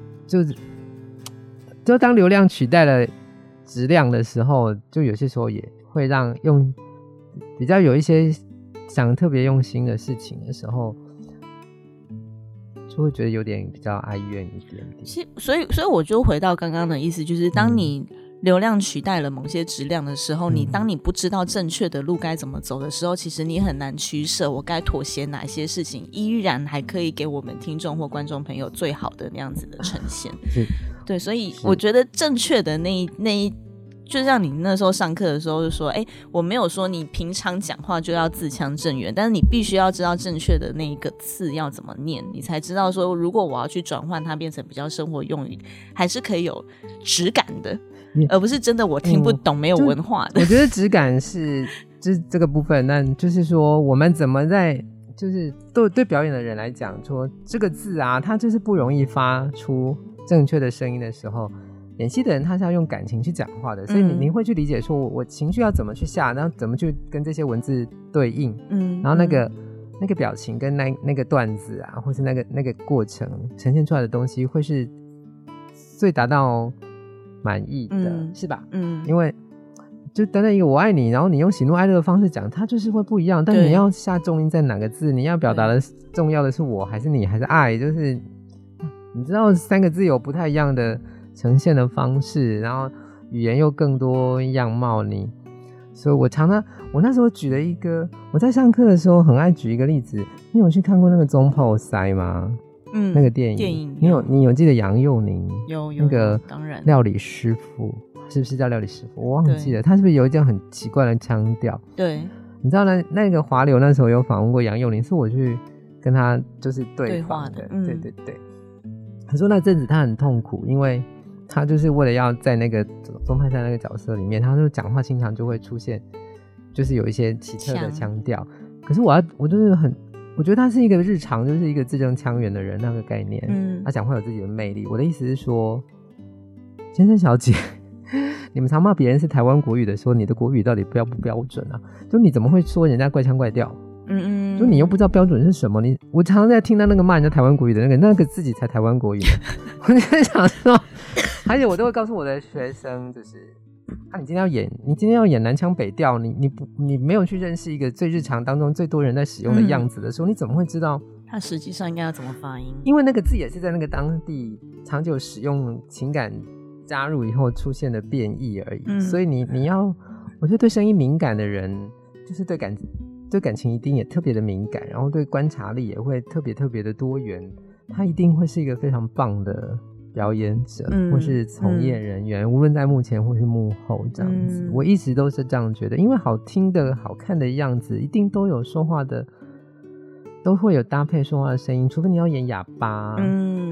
就当流量取代了质量的时候，就有些时候也会让比较有一些想特别用心的事情的时候，就会觉得有点比较哀怨一点点。 所以我就回到刚刚的意思，就是当你流量取代了某些质量的时候，当你不知道正确的路该怎么走的时候，其实你很难取舍我该妥协哪些事情，依然还可以给我们听众或观众朋友最好的那样子的呈现。对，所以我觉得正确的那一就像你那时候上课的时候就说，我没有说你平常讲话就要字腔正圆，但是你必须要知道正确的那一个字要怎么念，你才知道说如果我要去转换它变成比较生活用语，还是可以有质感的，而不是真的我听不懂没有文化的。 我觉得质感是就是这个部分，那就是说我们怎么在就是对表演的人来讲说这个字啊，它就是不容易发出正确的声音的时候，演戏的人他是要用感情去讲话的，所以你会去理解说我情绪要怎么去下，然后怎么去跟这些文字对应，然后那个表情跟那个段子啊，或是那个过程呈现出来的东西会是最达到满意的，是吧？因为就等等一个我爱你，然后你用喜怒哀乐的方式讲，它就是会不一样，但你要下重音在哪个字，你要表达的重要的是我还是你还是爱，就是你知道3个字有不太一样的呈现的方式，然后语言又更多样貌，所以我那时候举了一个，我在上课的时候很爱举一个例子。你有去看过那个中破塞吗？那个电影你有记得杨佑宁有那个当然料理师傅，是不是叫料理师傅？我忘记了，他是不是有一种很奇怪的腔调？ 对， 你知道那个华流那时候有访问过杨佑宁，是我去跟他就是对话的，对对对。他说那阵子他很痛苦，因为他就是为了要在那个宗派赛那个角色里面，他就讲话经常就会出现就是有一些奇特的腔调。可是我就是我觉得他是一个日常就是一个字正腔圆的人那个概念，他讲话有自己的魅力。我的意思是说，先生小姐你们常骂别人是台湾国语的时候，你的国语到底标不标准啊？就你怎么会说人家怪腔怪调？就你又不知道标准是什么，我常常在听到那个骂人家台湾国语的那个自己才台湾国语呢。我就在想说，而且我都会告诉我的学生，就是你今天要演南腔北调，你没有去认识一个最日常当中最多人在使用的样子的时候，你怎么会知道它实际上应该要怎么发音？ 因为那个字也是在那个当地长久使用情感加入以后出现的变异而已。所以你要，我觉得对声音敏感的人，就是对感情一定也特别的敏感，然后对观察力也会特别特别的多元，他一定会是一个非常棒的表演者，或是从业人员，无论在幕前或是幕后这样子。我一直都是这样觉得，因为好听的好看的样子一定都有说话的，都会有搭配说话的声音，除非你要演哑巴，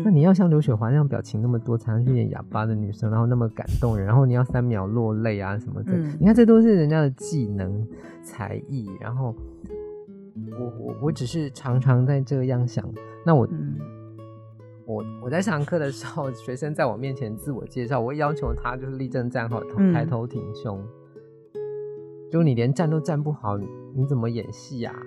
那你要像刘雪华那样表情那么多才能去演哑巴的女生，然后那么感动人，然后你要3秒落泪啊什么的，你看这都是人家的技能才艺，然后我只是常常在这样想，那我在上课的时候，学生在我面前自我介绍，我会要求他就是立正站好，抬头挺胸，就你连站都站不好，你怎么演戏啊？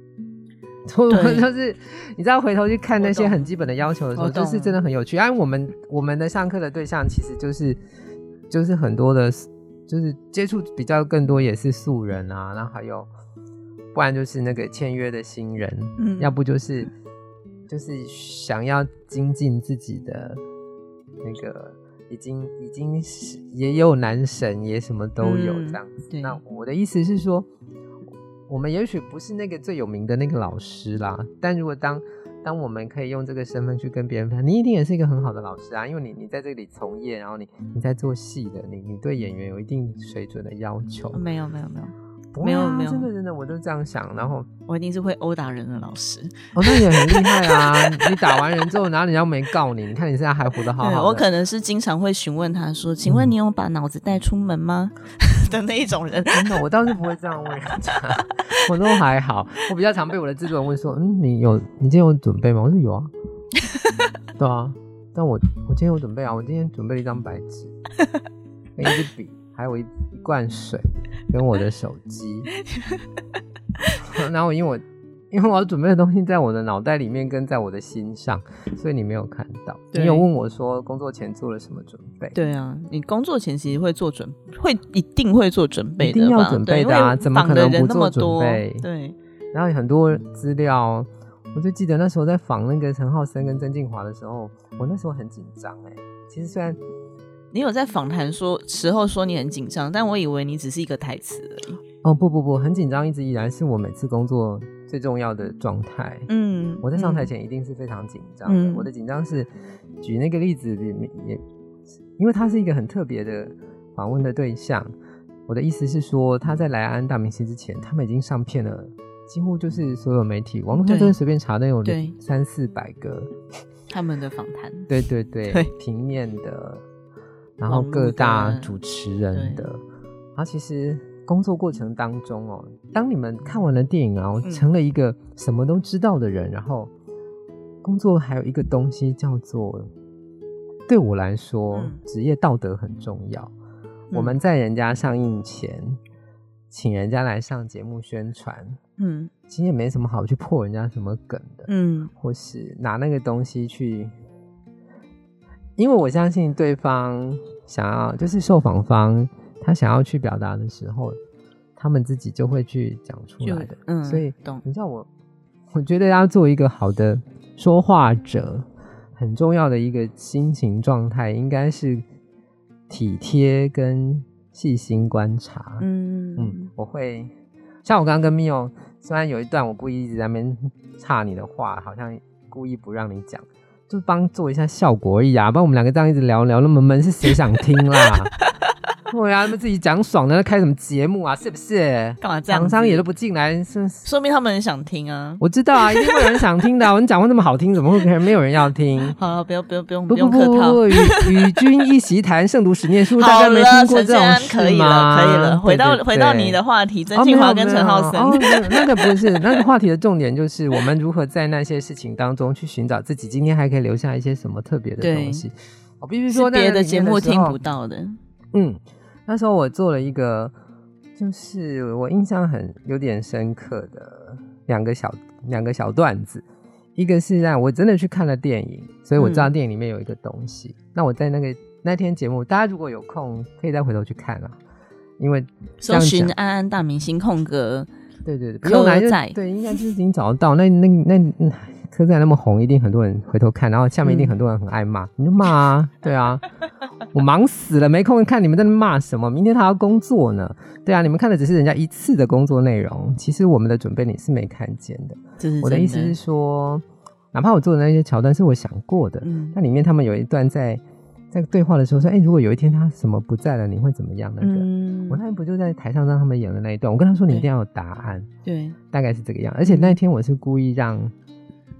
就是你知道回头去看那些很基本的要求的时候，就是真的很有趣。因为我们的上课的对象其实就是很多的，就是接触比较更多也是素人啊，然后还有不然就是那个签约的新人，要不就是想要精进自己的那个已经也有男神，也什么都有这样子。那我的意思是说，我们也许不是那个最有名的那个老师啦，但如果当我们可以用这个身份去跟别人分享，你一定也是一个很好的老师啊，因为你在这里从业，然后你在做戏的，你对演员有一定水准的要求。没有，真的，我都这样想。然后我一定是会殴打人的老师。 那也很厉害啊！你打完人之后，然后人家没告你，你看你现在还活得好好的。 我可能是经常会询问他说：“请问你有把脑子带出门吗？”的那一种人。 真的，我倒是不会这样问人家，我都还好。我比较常被我的制作人问说：“你今天有准备吗？”我说有啊。对啊，但我今天有准备啊，我今天准备了一张白纸，跟一支笔，还有一罐水，跟我的手机。然后因为我准备的东西在我的脑袋里面跟在我的心上，所以你没有看到。你有问我说工作前做了什么准备？ 对啊，你工作前其实一定会做准备的吧， 一定要准备的啊，怎么可能不做准备？ 对， 然后很多资料，我就记得那时候在访那个陈浩森跟曾敬骅的时候，我那时候很紧张其实虽然你有在访谈时候说你很紧张，但我以为你只是一个台词而已。 哦不，很紧张，一直以来是我每次工作最重要的状态。我在上台前一定是非常紧张的。我的紧张是举那个例子也因为他是一个很特别的访问的对象。我的意思是说，他在来安大明星之前，他们已经上片了，几乎就是所有媒体网络上真的随便查都有300-400个他们的访谈。 对，平面的，然后各大主持人的，然后其实工作过程当中当你们看完了电影成了一个什么都知道的人，然后工作还有一个东西叫做，对我来说职业道德很重要。我们在人家上映前请人家来上节目宣传，其实也没什么好去破人家什么梗的，或是拿那个东西去，因为我相信对方想要，就是受访方他想要去表达的时候，他们自己就会去讲出来的。所以你知道我觉得要做一个好的说话者，很重要的一个心情状态应该是体贴跟细心观察。我会像我刚刚跟 Mio， 虽然有一段我故意一直在那边岔你的话，好像故意不让你讲，就帮做一下效果而已啊，不然我们两个这样一直聊那么闷，是谁想听啦？对啊，他们自己讲爽的，开什么节目啊？是不是？ 干嘛这样？ 厂商也都不进来， 说明他们很想听啊。 我知道啊，一定会有人想听的。你讲话那么好听，怎么会没有人要听？ 好了，不用客套。 与君一席谈，胜读十年书，大家没听过这种事吗？ 可以了。回到你的话题，曾敬骅跟陈浩森。 那个不是，那个话题的重点就是我们如何在那些事情当中去寻找自己今天还可以留下一些什么特别的东西。我必须说， 别的节目听不到的。 那时候我做了一个，就是我印象有点深刻的两个小段子。一个是让我真的去看了电影，所以我知道电影里面有一个东西。那我在那天节目，大家如果有空可以再回头去看啊，因为搜寻安安大明星空格， 对，不用来对，应该就是已经找得到。那柯仔那么红，一定很多人回头看，然后下面一定很多人很爱骂，你就骂啊，对啊，我忙死了，没空看你们在那骂什么，明天他要工作呢，对啊，你们看的只是人家一次的工作内容，其实我们的准备你是没看见的。我的意思是说，哪怕我做的那些桥段是我想过的，那里面他们有一段在对话的时候说，如果有一天他什么不在了，你会怎么样？我那天不就在台上让他们演的那一段，我跟他说你一定要有答案， 对， 大概是这个样。而且那一天我是故意让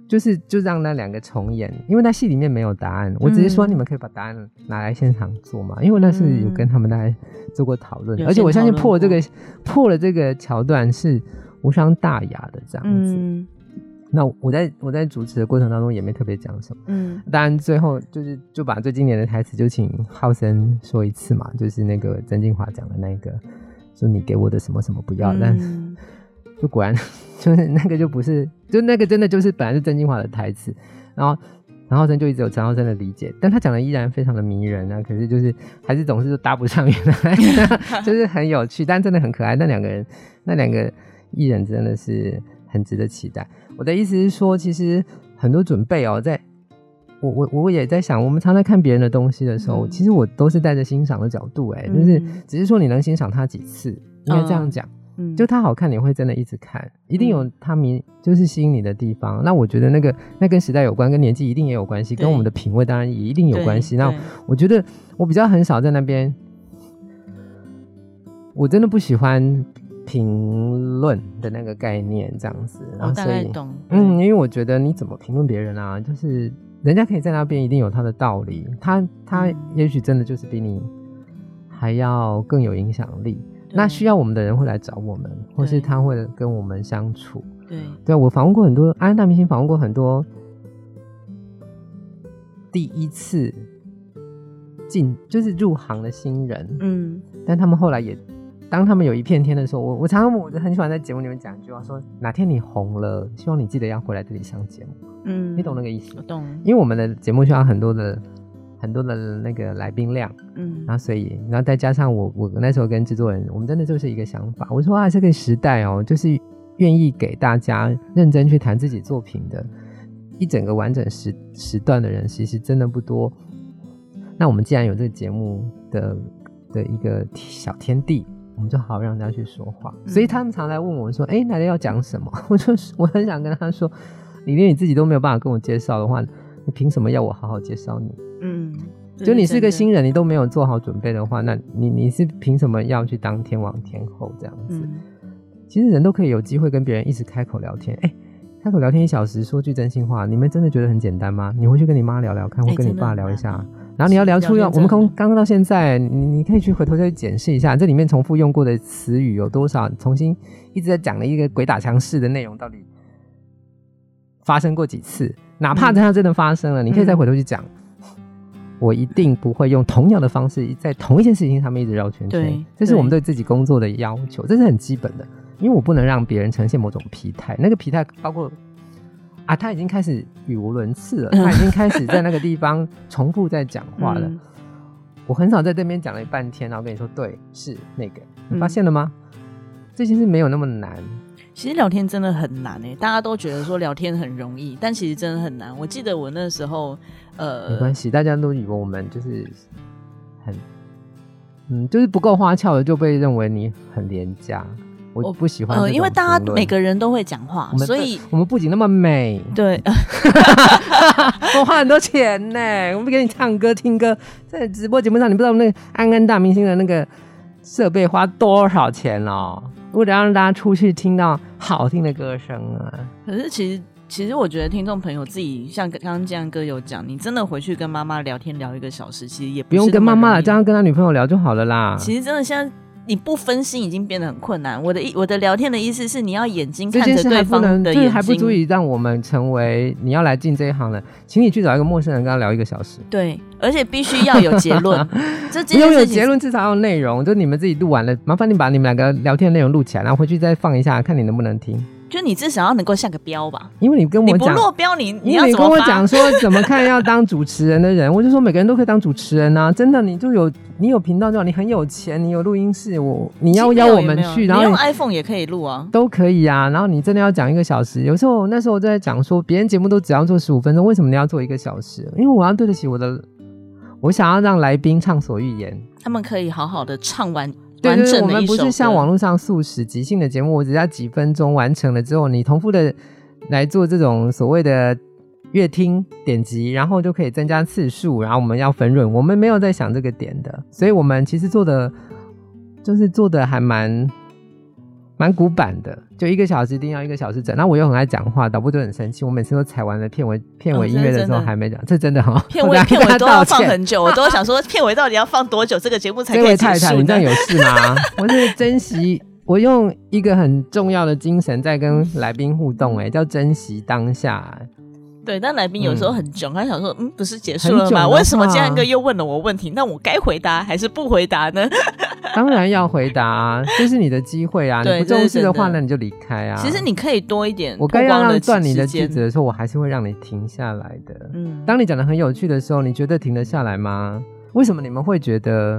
就让那两个重演，因为在戏里面没有答案，我只是说你们可以把答案拿来现场做嘛，因为那是有跟他们大家做过讨论，而且我相信破了这个桥段是无伤大雅的这样子。那我在主持的过程当中也没特别讲什么，当然最后就把最经典的台词就请浩森说一次嘛，就是那个曾静华讲的那个，说你给我的什么什么不要，但就果然就是那个就不是，就那个真的就是本来是曾静华的台词，然后陈浩森就一直有陈浩森的理解，但他讲的依然非常的迷人啊，可是就是还是总是搭不上原来就是很有趣，但真的很可爱。那两个艺人真的是很值得期待。我的意思是说，其实很多准备哦，我也在想，我们常在看别人的东西的时候，其实我都是带着欣赏的角度，就是只是说你能欣赏他几次，应该这样讲。就他好看你会真的一直看，一定有他就是吸引你的地方。那我觉得那跟时代有关，跟年纪一定也有关系，跟我们的品味当然也一定有关系。那我觉得我比较很少在那边，我真的不喜欢评论的那个概念这样子，然后所以我大概懂。 因为我觉得你怎么评论别人啊，就是人家可以在那边一定有他的道理，他也许真的就是比你还要更有影响力。那需要我们的人会来找我们，或是他会跟我们相处。对，我访问过很多安安大明星，访问过很多第一次就是入行的新人，但他们后来也当他们有一片天的时候，我常常我很喜欢在节目里面讲一句话，说哪天你红了，希望你记得要回来这里上节目。你懂那个意思？ 我懂。因为我们的节目需要很多的那个来宾量，然后再加上我那时候跟制作人，我们真的就是一个想法，我说这个时代哦，就是愿意给大家认真去谈自己作品的一整个完整时段的人，其实真的不多。那我们既然有这个节目的一个小天地，我们就好好让大家去说话。所以他们常来问我说：“哪天要讲什么？”我很想跟他说：“你连你自己都没有办法跟我介绍的话，你凭什么要我好好介绍你？”就你是个新人，你都没有做好准备的话，那你是凭什么要去当天王天后这样子？其实人都可以有机会跟别人一直开口聊天，开口聊天1小时，说句真心话，你们真的觉得很简单吗？你回去跟你妈聊聊看，或跟你爸聊一下，然后你要聊出我们刚刚到现在，你可以去回头再检视一下，这里面重复用过的词语有多少，重新一直在讲的一个鬼打墙式的内容到底发生过几次，哪怕它真的发生了，你可以再回头去讲。我一定不会用同样的方式在同一件事情上面一直绕圈圈，这是我们对自己工作的要求，这是很基本的，因为我不能让别人呈现某种疲态，那个疲态包括他已经开始语无伦次了，他已经开始在那个地方重复在讲话了，我很少在这边讲了半天然后跟你说对是那个，你发现了吗？这件事没有那么难。 其实聊天真的很难大家都觉得说聊天很容易，但其实真的很难。我记得我那时候没关系，大家都以为我们就是很就是不够花俏的就被认为你很廉价，我不喜欢因为大家每个人都会讲话，所以我们不仅那么美， 对我花很多钱呢，我们给你唱歌听歌，在直播节目上你不知道那个安安大明星的那个设备花多少钱哦，为了让大家出去听到好听的歌声啊。 可是其实我觉得听众朋友自己像刚刚这样哥有讲，你真的回去跟妈妈聊天聊1个小时，其实也不用跟妈妈了，这样跟他女朋友聊就好了啦。 其实真的现在你不分心已经变得很困难。我的聊天的意思是你要眼睛看着对方的眼睛， 还不足以让我们成为你要来进这一行的，请你去找一个陌生人跟他聊1个小时。 对，而且必须要有结论这件事情不用有结论，至少要有内容，就你们自己录完了，麻烦你把你们2个聊天的内容录起来，然后回去再放一下看你能不能听。 就你至少要能够下个标吧， 因为你跟我讲， 你不落标你要怎么发？ 你跟我讲说怎么看要当主持人的人，我就说每个人都可以当主持人啊，真的，你有频道就好，你很有钱，你有录音室，你要邀我们去，然后你用 iPhone 也可以录啊， 都可以啊。然后你真的要讲1个小时，有时候那时候我在讲说，别人节目都只要做15分钟，为什么你要做1个小时？因为我要对得起我想要让来宾畅所欲言， 他们可以好好的唱完。 对对对，我们不是像网络上速食即兴的节目，我只要几分钟完成了之后，你重复的来做这种所谓的阅听点击，然后就可以增加次数，然后我们要分润，我们没有在想这个点的，所以我们其实做的还蛮蛮古板的，就1个小时一定要1个小时整。那我又很爱讲话，导播就很生气，我每次都踩完了片尾音乐的时候还没讲，这真的片尾都要放很久，我都想说片尾到底要放多久，这个节目才可以结束呢？ 这位太太，你这样有事吗？我是珍惜，我用一个很重要的精神在跟来宾互动，叫珍惜当下。 对，但来宾有时候很囧，他想说不是结束了吗？为什么建安哥又问了我问题？那我该回答还是不回答呢？ 当然要回答啊，这是你的机会啊！你不重视的话，那你就离开啊。 其实你可以多一点我该让断你的句子的时候，我还是会让你停下来的。当你讲得很有趣的时候，你觉得停得下来吗？为什么你们会觉得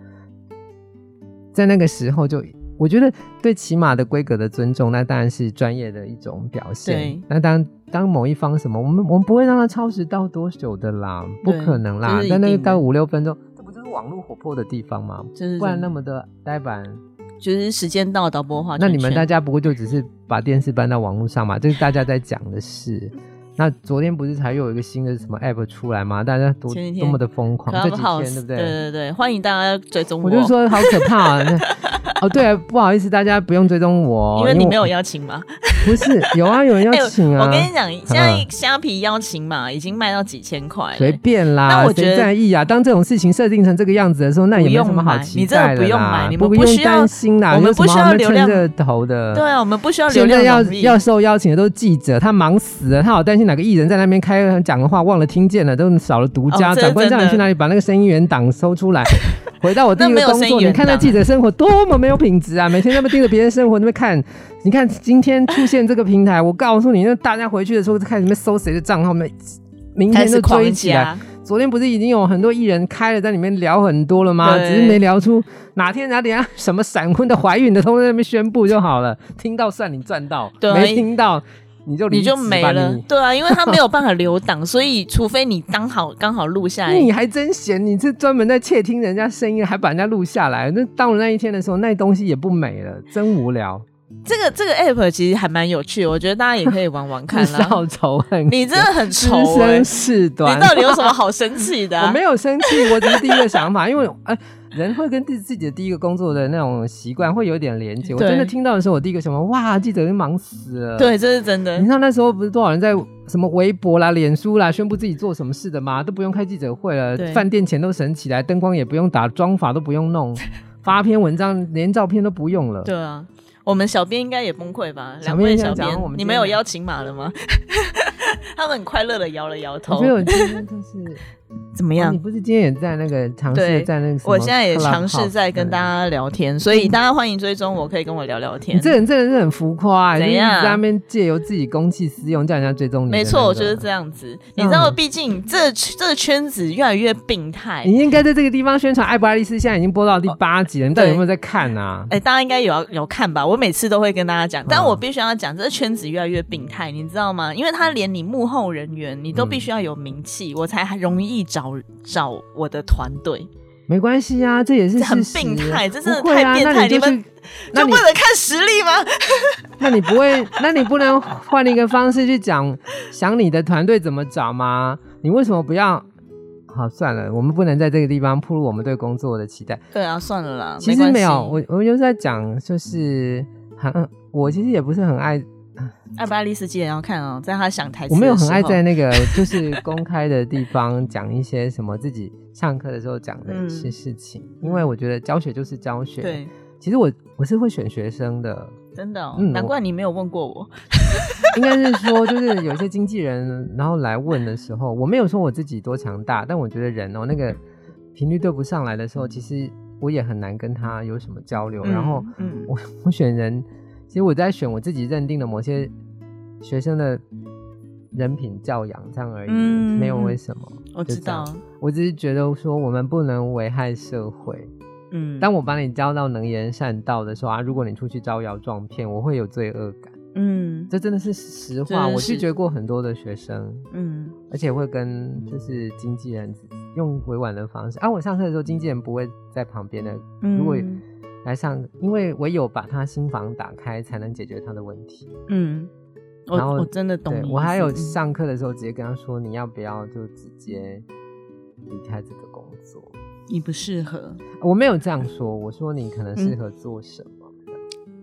在那个时候就？我觉得对起码的规格的尊重，那当然是专业的一种表现。对，那当某一方什么，我们不会让他超时到多久的啦，不可能啦。但那个到5-6分钟，这不就是网络活泼的地方吗？不然那么的呆板， 就是时间到导播画。 那你们大家不过就只是把电视搬到网络上嘛，这是大家在讲的事。那昨天不是才又有一个新的什么 app 出来吗？大家多么的疯狂，这几天对不对？ 对对对，欢迎大家追踪我。 我就说好可怕啊！哦，对啊，不好意思，大家不用追踪我， 因为你没有邀请码。 不是，有啊，有人邀请啊。 我跟你讲，现在虾皮邀请码已经卖到几千块了， 随便啦。那我觉得谁在意啊？当这种事情设定成这个样子的时候，那也没什么好期待的啦。 你这个不用买，你们不需要担心啦。 我们不需要流量热头的。 对啊，我们不需要流量。 现在要受邀请的都是记者，他忙死了，他好担心哪个艺人在那边讲的话忘了听见了，都少了独家。长官叫你去哪里把那个声音源档搜出来。回到我第一个工作，你看那记者生活多么没有品质啊！每天那么盯着别人生活那边看，你看今天出现这个平台，我告诉你，那大家回去的时候就开始搜谁的账号，明天就追起来。昨天不是已经有很多艺人开了在里面聊很多了吗？只是没聊出哪天什么闪婚的、怀孕的，都在那边宣布就好了。听到算你赚到，没听到。你就没了， 对啊，因为他没有办法留档，所以除非你刚好录下来。 你还真闲，你是专门在窃听人家声音，还把人家录下来。那到了那一天的时候，那东西也不美了，真无聊。 这个 app 其实还蛮有趣的，我觉得大家也可以玩玩看啦。 好仇恨， 你真的很仇深事端。 你到底有什么好生气的？ 我没有生气，我只是第一个想法，因为人会跟自己的第一个工作的那种习惯会有点连接。我真的听到的时候，我第一个想法，哇，记者就忙死了。 对，这是真的。 你知道那时候不是多少人在什么微博啦、脸书啦宣布自己做什么事的吗？都不用开记者会了，饭店钱都省起来，灯光也不用打，妆法都不用弄，发篇文章连照片都不用了。 对啊，我们小编应该也崩溃吧？2位小编，你们有邀请码了吗？他们很快乐的摇了摇头。 我觉得我今天就是怎么样？ 你不是今天也在那个尝试在那个什么？ 我现在也尝试在跟大家聊天，所以大家欢迎追踪我，可以跟我聊聊天。 你这人真的是很浮夸，怎样？在那边借由自己公器私用，叫人家追踪你。 没错，我就是这样子。你知道，毕竟这个圈子越来越病态。 你应该在这个地方宣传《艾博爱丽丝》，现在已经播到第8集了，你到底有没有在看啊？ 大家应该有看吧？我每次都会跟大家讲，但我必须要讲，这个圈子越来越病态，你知道吗？因为他连你幕后人员，你都必须要有名气，我才容易找我的团队。 没关系啊，这也是很病态，这真的太变态。你们就不能看实力吗？ 那你不能换一个方式去想你的团队怎么找吗？你为什么不要？好，算了，我们不能在这个地方暴露我们对工作的期待。 对啊，算了啦。 其实没有，我就是在讲，就是我其实也不是很爱。 艾博爱丽丝记得要看哦，在他想台词的时候， 我没有很爱在那个就是公开的地方讲一些什么自己上课的时候讲的一些事情，因为我觉得教学就是教学。 对， 其实我是会选学生的， 真的难怪你没有问过我。 应该是说，就是有些经纪人然后来问的时候，我没有说我自己多强大，但我觉得人那个频率对不上来的时候，其实我也很难跟他有什么交流。然后我选人。其实我在选我自己认定的某些学生的人品教养这样而已，没有为什么。 我知道， 我只是觉得说我们不能危害社会。当我把你教到能言善道的时候如果你出去招摇撞骗，我会有罪恶感。这真的是实话。我拒绝过很多的学生，而且会跟就是经纪人用委婉的方式我上课的时候经纪人不会在旁边的，如果来上，因为唯有把他心房打开才能解决他的问题。然后我真的懂你。 我还有上课的时候直接跟他说，你要不要就直接离开这个工作， 你不适合。 我没有这样说，我说你可能适合做什么。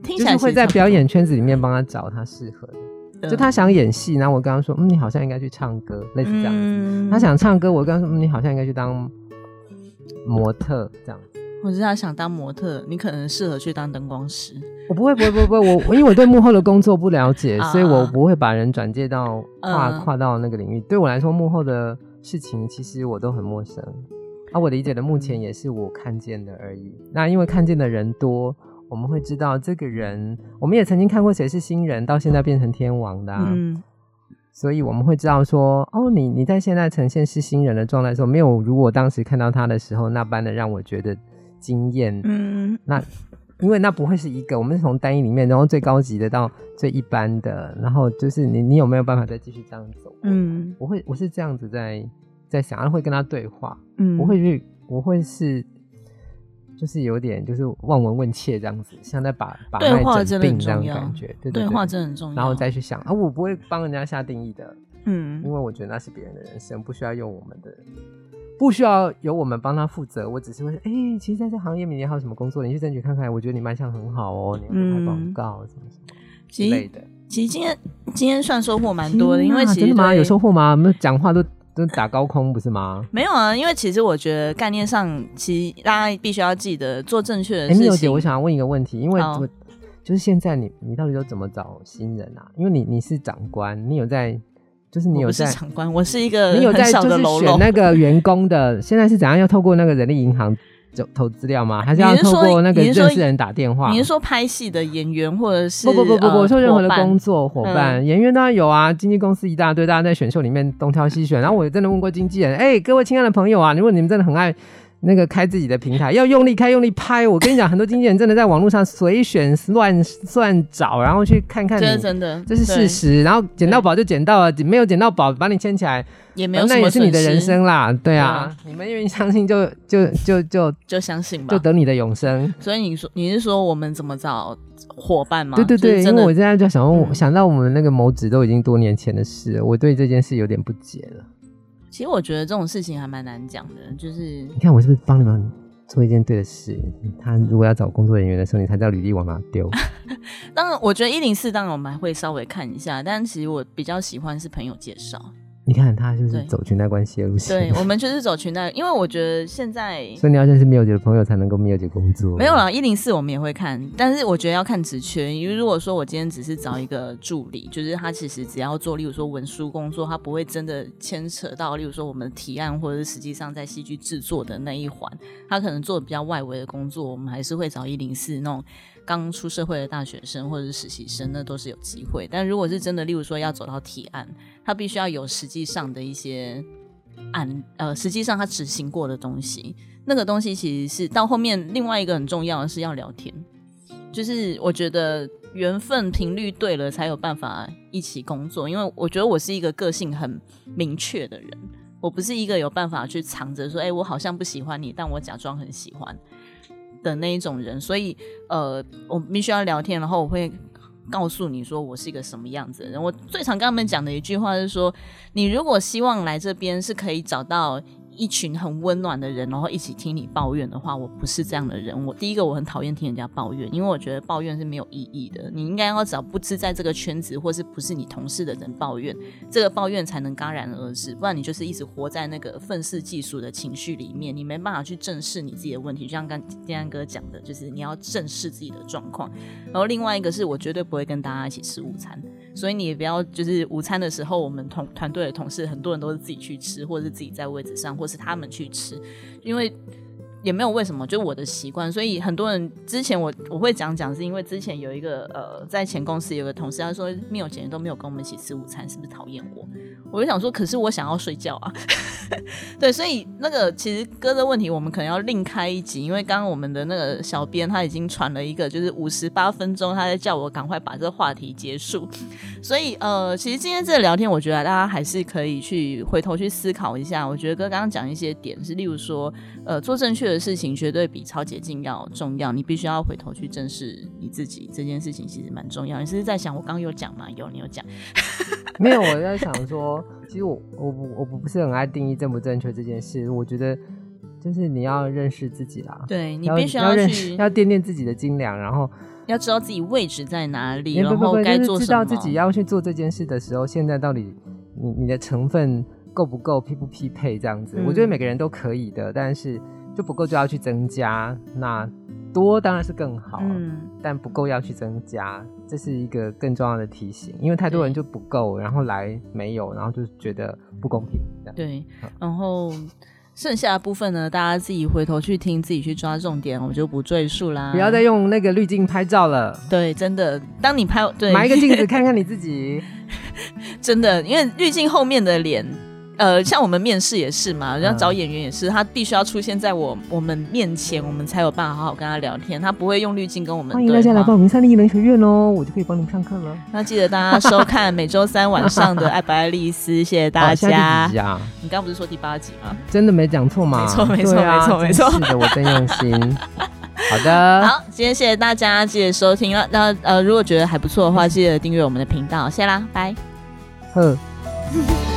就是会在表演圈子里面帮他找他适合的。就他想演戏，然后我跟他说你好像应该去唱歌，类似这样子。他想唱歌，我跟他说你好像应该去当模特这样子。 或者是他想当模特，你可能适合去当灯光师。 我不会我因为我对幕后的工作不了解所以我不会把人转介到跨到那个领域。对我来说幕后的事情其实我都很陌生我理解的目前也是我看见的而已。那因为看见的人多，我们会知道这个人，我们也曾经看过谁是新人到现在变成天王的所以我们会知道说你在现在呈现是新人的状态的时候，没有如果当时看到他的时候那般的让我觉得惊艳那因为那不会是一个，我们是从单一里面然后最高级的到最一般的，然后就是你有没有办法再继续这样走我是这样子在想会跟他对话我会是就是有点就是望闻问切这样子，像在把脉诊病这样的感觉。 对话真的很重要， 然后再去想我不会帮人家下定义的因为我觉得那是别人的人生，不需要用我们的，不需要由我们帮他负责。我只是会说其实在这行业里面还有什么工作，你去争取看看，我觉得你卖相很好你要拍广告什么什么之类的。 其实今天算收获蛮多的因为其实真的吗？有收获吗？我们讲话都打高空不是吗？ 没有啊，因为其实我觉得概念上其实大家必须要记得做正确的事情。 米友姐，我想要问一个问题，因为就是现在你到底都怎么找新人啊？因为你是长官，你有在就是你有在， 我不是长官，我是一个你有在很小的喽啰。 就是选那个员工的现在是怎样，要透过那个人力银行投资料吗？还是要透过那个认识人打电话？ 你是说拍戏的演员或者是不，我说任何的工作伙伴演员当然有啊，经纪公司一大堆，大家在选秀里面东挑西选。然后我也真的问过经纪人各位亲爱的朋友啊，如果你们真的很爱那个开自己的平台，要用力开用力拍，我跟你讲很多经纪人真的在网络上随选乱找，然后去看看你， 这是真的， 这是事实。然后捡到宝就捡到了，没有捡到宝把你牵起来也没有什么损失， 那也是你的人生啦。对啊，你们愿意相信就相信吧， 就得你的永生。 所以你是说我们怎么找伙伴吗？ 对，因为我现在就想到我们那个谋职都已经多年前的事了，我对这件事有点不解了。 其实我觉得这种事情还蛮难讲的，就是你看我是不是帮你们做一件对的事？他如果要找工作人员的时候，你才知道履历往哪丢。 当然我觉得104当然我们还会稍微看一下，但其实我比较喜欢是朋友介绍。 你看他就是走裙带关系的路线， 对，我们就是走裙带，因为我觉得现在所以你要认识米友姐的朋友才能够米友姐工作。 没有啦，104我们也会看，但是我觉得要看职缺。因为如果说我今天只是找一个助理，就是他其实只要做例如说文书工作，他不会真的牵扯到例如说我们提案或者是实际上在戏剧制作的那一环，他可能做比较外围的工作，我们还是会找104那种刚出社会的大学生或者是实习生，那都是有机会。但如果是真的例如说要走到提案，他必须要有实际上的一些实际上他执行过的东西，那个东西其实是到后面另外一个很重要的是要聊天，就是我觉得缘分频率对了才有办法一起工作。因为我觉得我是一个个性很明确的人，我不是一个有办法去藏着说我好像不喜欢你但我假装很喜欢的那一种人。所以我必须要聊天，然后我会告诉你说我是一个什么样子的人。我最常跟他们讲的一句话是说，你如果希望来这边是可以找到一群很温暖的人，然后一起听你抱怨的话，我不是这样的人。第一个我很讨厌听人家抱怨，因为我觉得抱怨是没有意义的。你应该要找不是在这个圈子或是不是你同事的人抱怨，这个抱怨才能戛然而止，不然你就是一直活在那个愤世嫉俗的情绪里面，你没办法去正视你自己的问题。就像刚建安哥讲的，就是你要正视自己的状况。然后另外一个是我绝对不会跟大家一起吃午餐，所以你也不要就是午餐的时候我们团队的同事很多人都是自己去吃，或者是自己在位置上，或是他们去吃，因为也没有为什么，就我的习惯。所以很多人之前我会讲是因为之前有一个在前公司有个同事，他说米友姐都没有跟我们一起吃午餐，是不是讨厌我？我就想说可是我想要睡觉啊对，所以那个其实哥的问题我们可能要另开一集，因为刚刚我们的那个小编他已经传了一个就是58分钟，他在叫我赶快把这个话题结束。所以其实今天这个聊天我觉得大家还是可以去回头去思考一下。我觉得哥刚刚讲一些点是例如说做正确的事情绝对比抄捷径要重要，你必须要回头去正视你自己，这件事情其实蛮重要。你是在想我刚刚有讲吗？你有讲没有，我在想说其实我不是很爱定义正不正确这件事。我觉得就是你要认识自己啦。 对，你必须要掂掂自己的斤两，然后要知道自己位置在哪里，然后该做什么。 知道自己要去做这件事的时候，现在到底你的成分够不够，匹不匹配这样子。我觉得每个人都可以的，但是就不够就要去增加，那多当然是更好，但不够要去增加，这是一个更重要的提醒。因为太多人就不够，然后来没有，然后就觉得不公平。 对，然后剩下的部分呢，大家自己回头去听，自己去抓重点，我就不赘述啦。 不要再用那个滤镜拍照了。 对，真的，当你拍，对， 买一个镜子看看你自己。 真的，因为滤镜后面的脸，像我们面试也是嘛，要找演员也是，他必须要出现在我们面前，我们才有办法好好跟他聊天。他不会用滤镜跟我们对话。 欢迎大家来报名3立艺人学院哦，我就可以帮你们上课了。 那记得大家收看每周3晚上的《爱不爱丽丝》，谢谢大家。你刚不是说第8集吗？ 真的没讲错吗？ 没错， 是的，我真用心。好的， 好，今天谢谢大家，记得收听了。那如果觉得还不错的话，记得订阅我们的频道，谢啦，拜。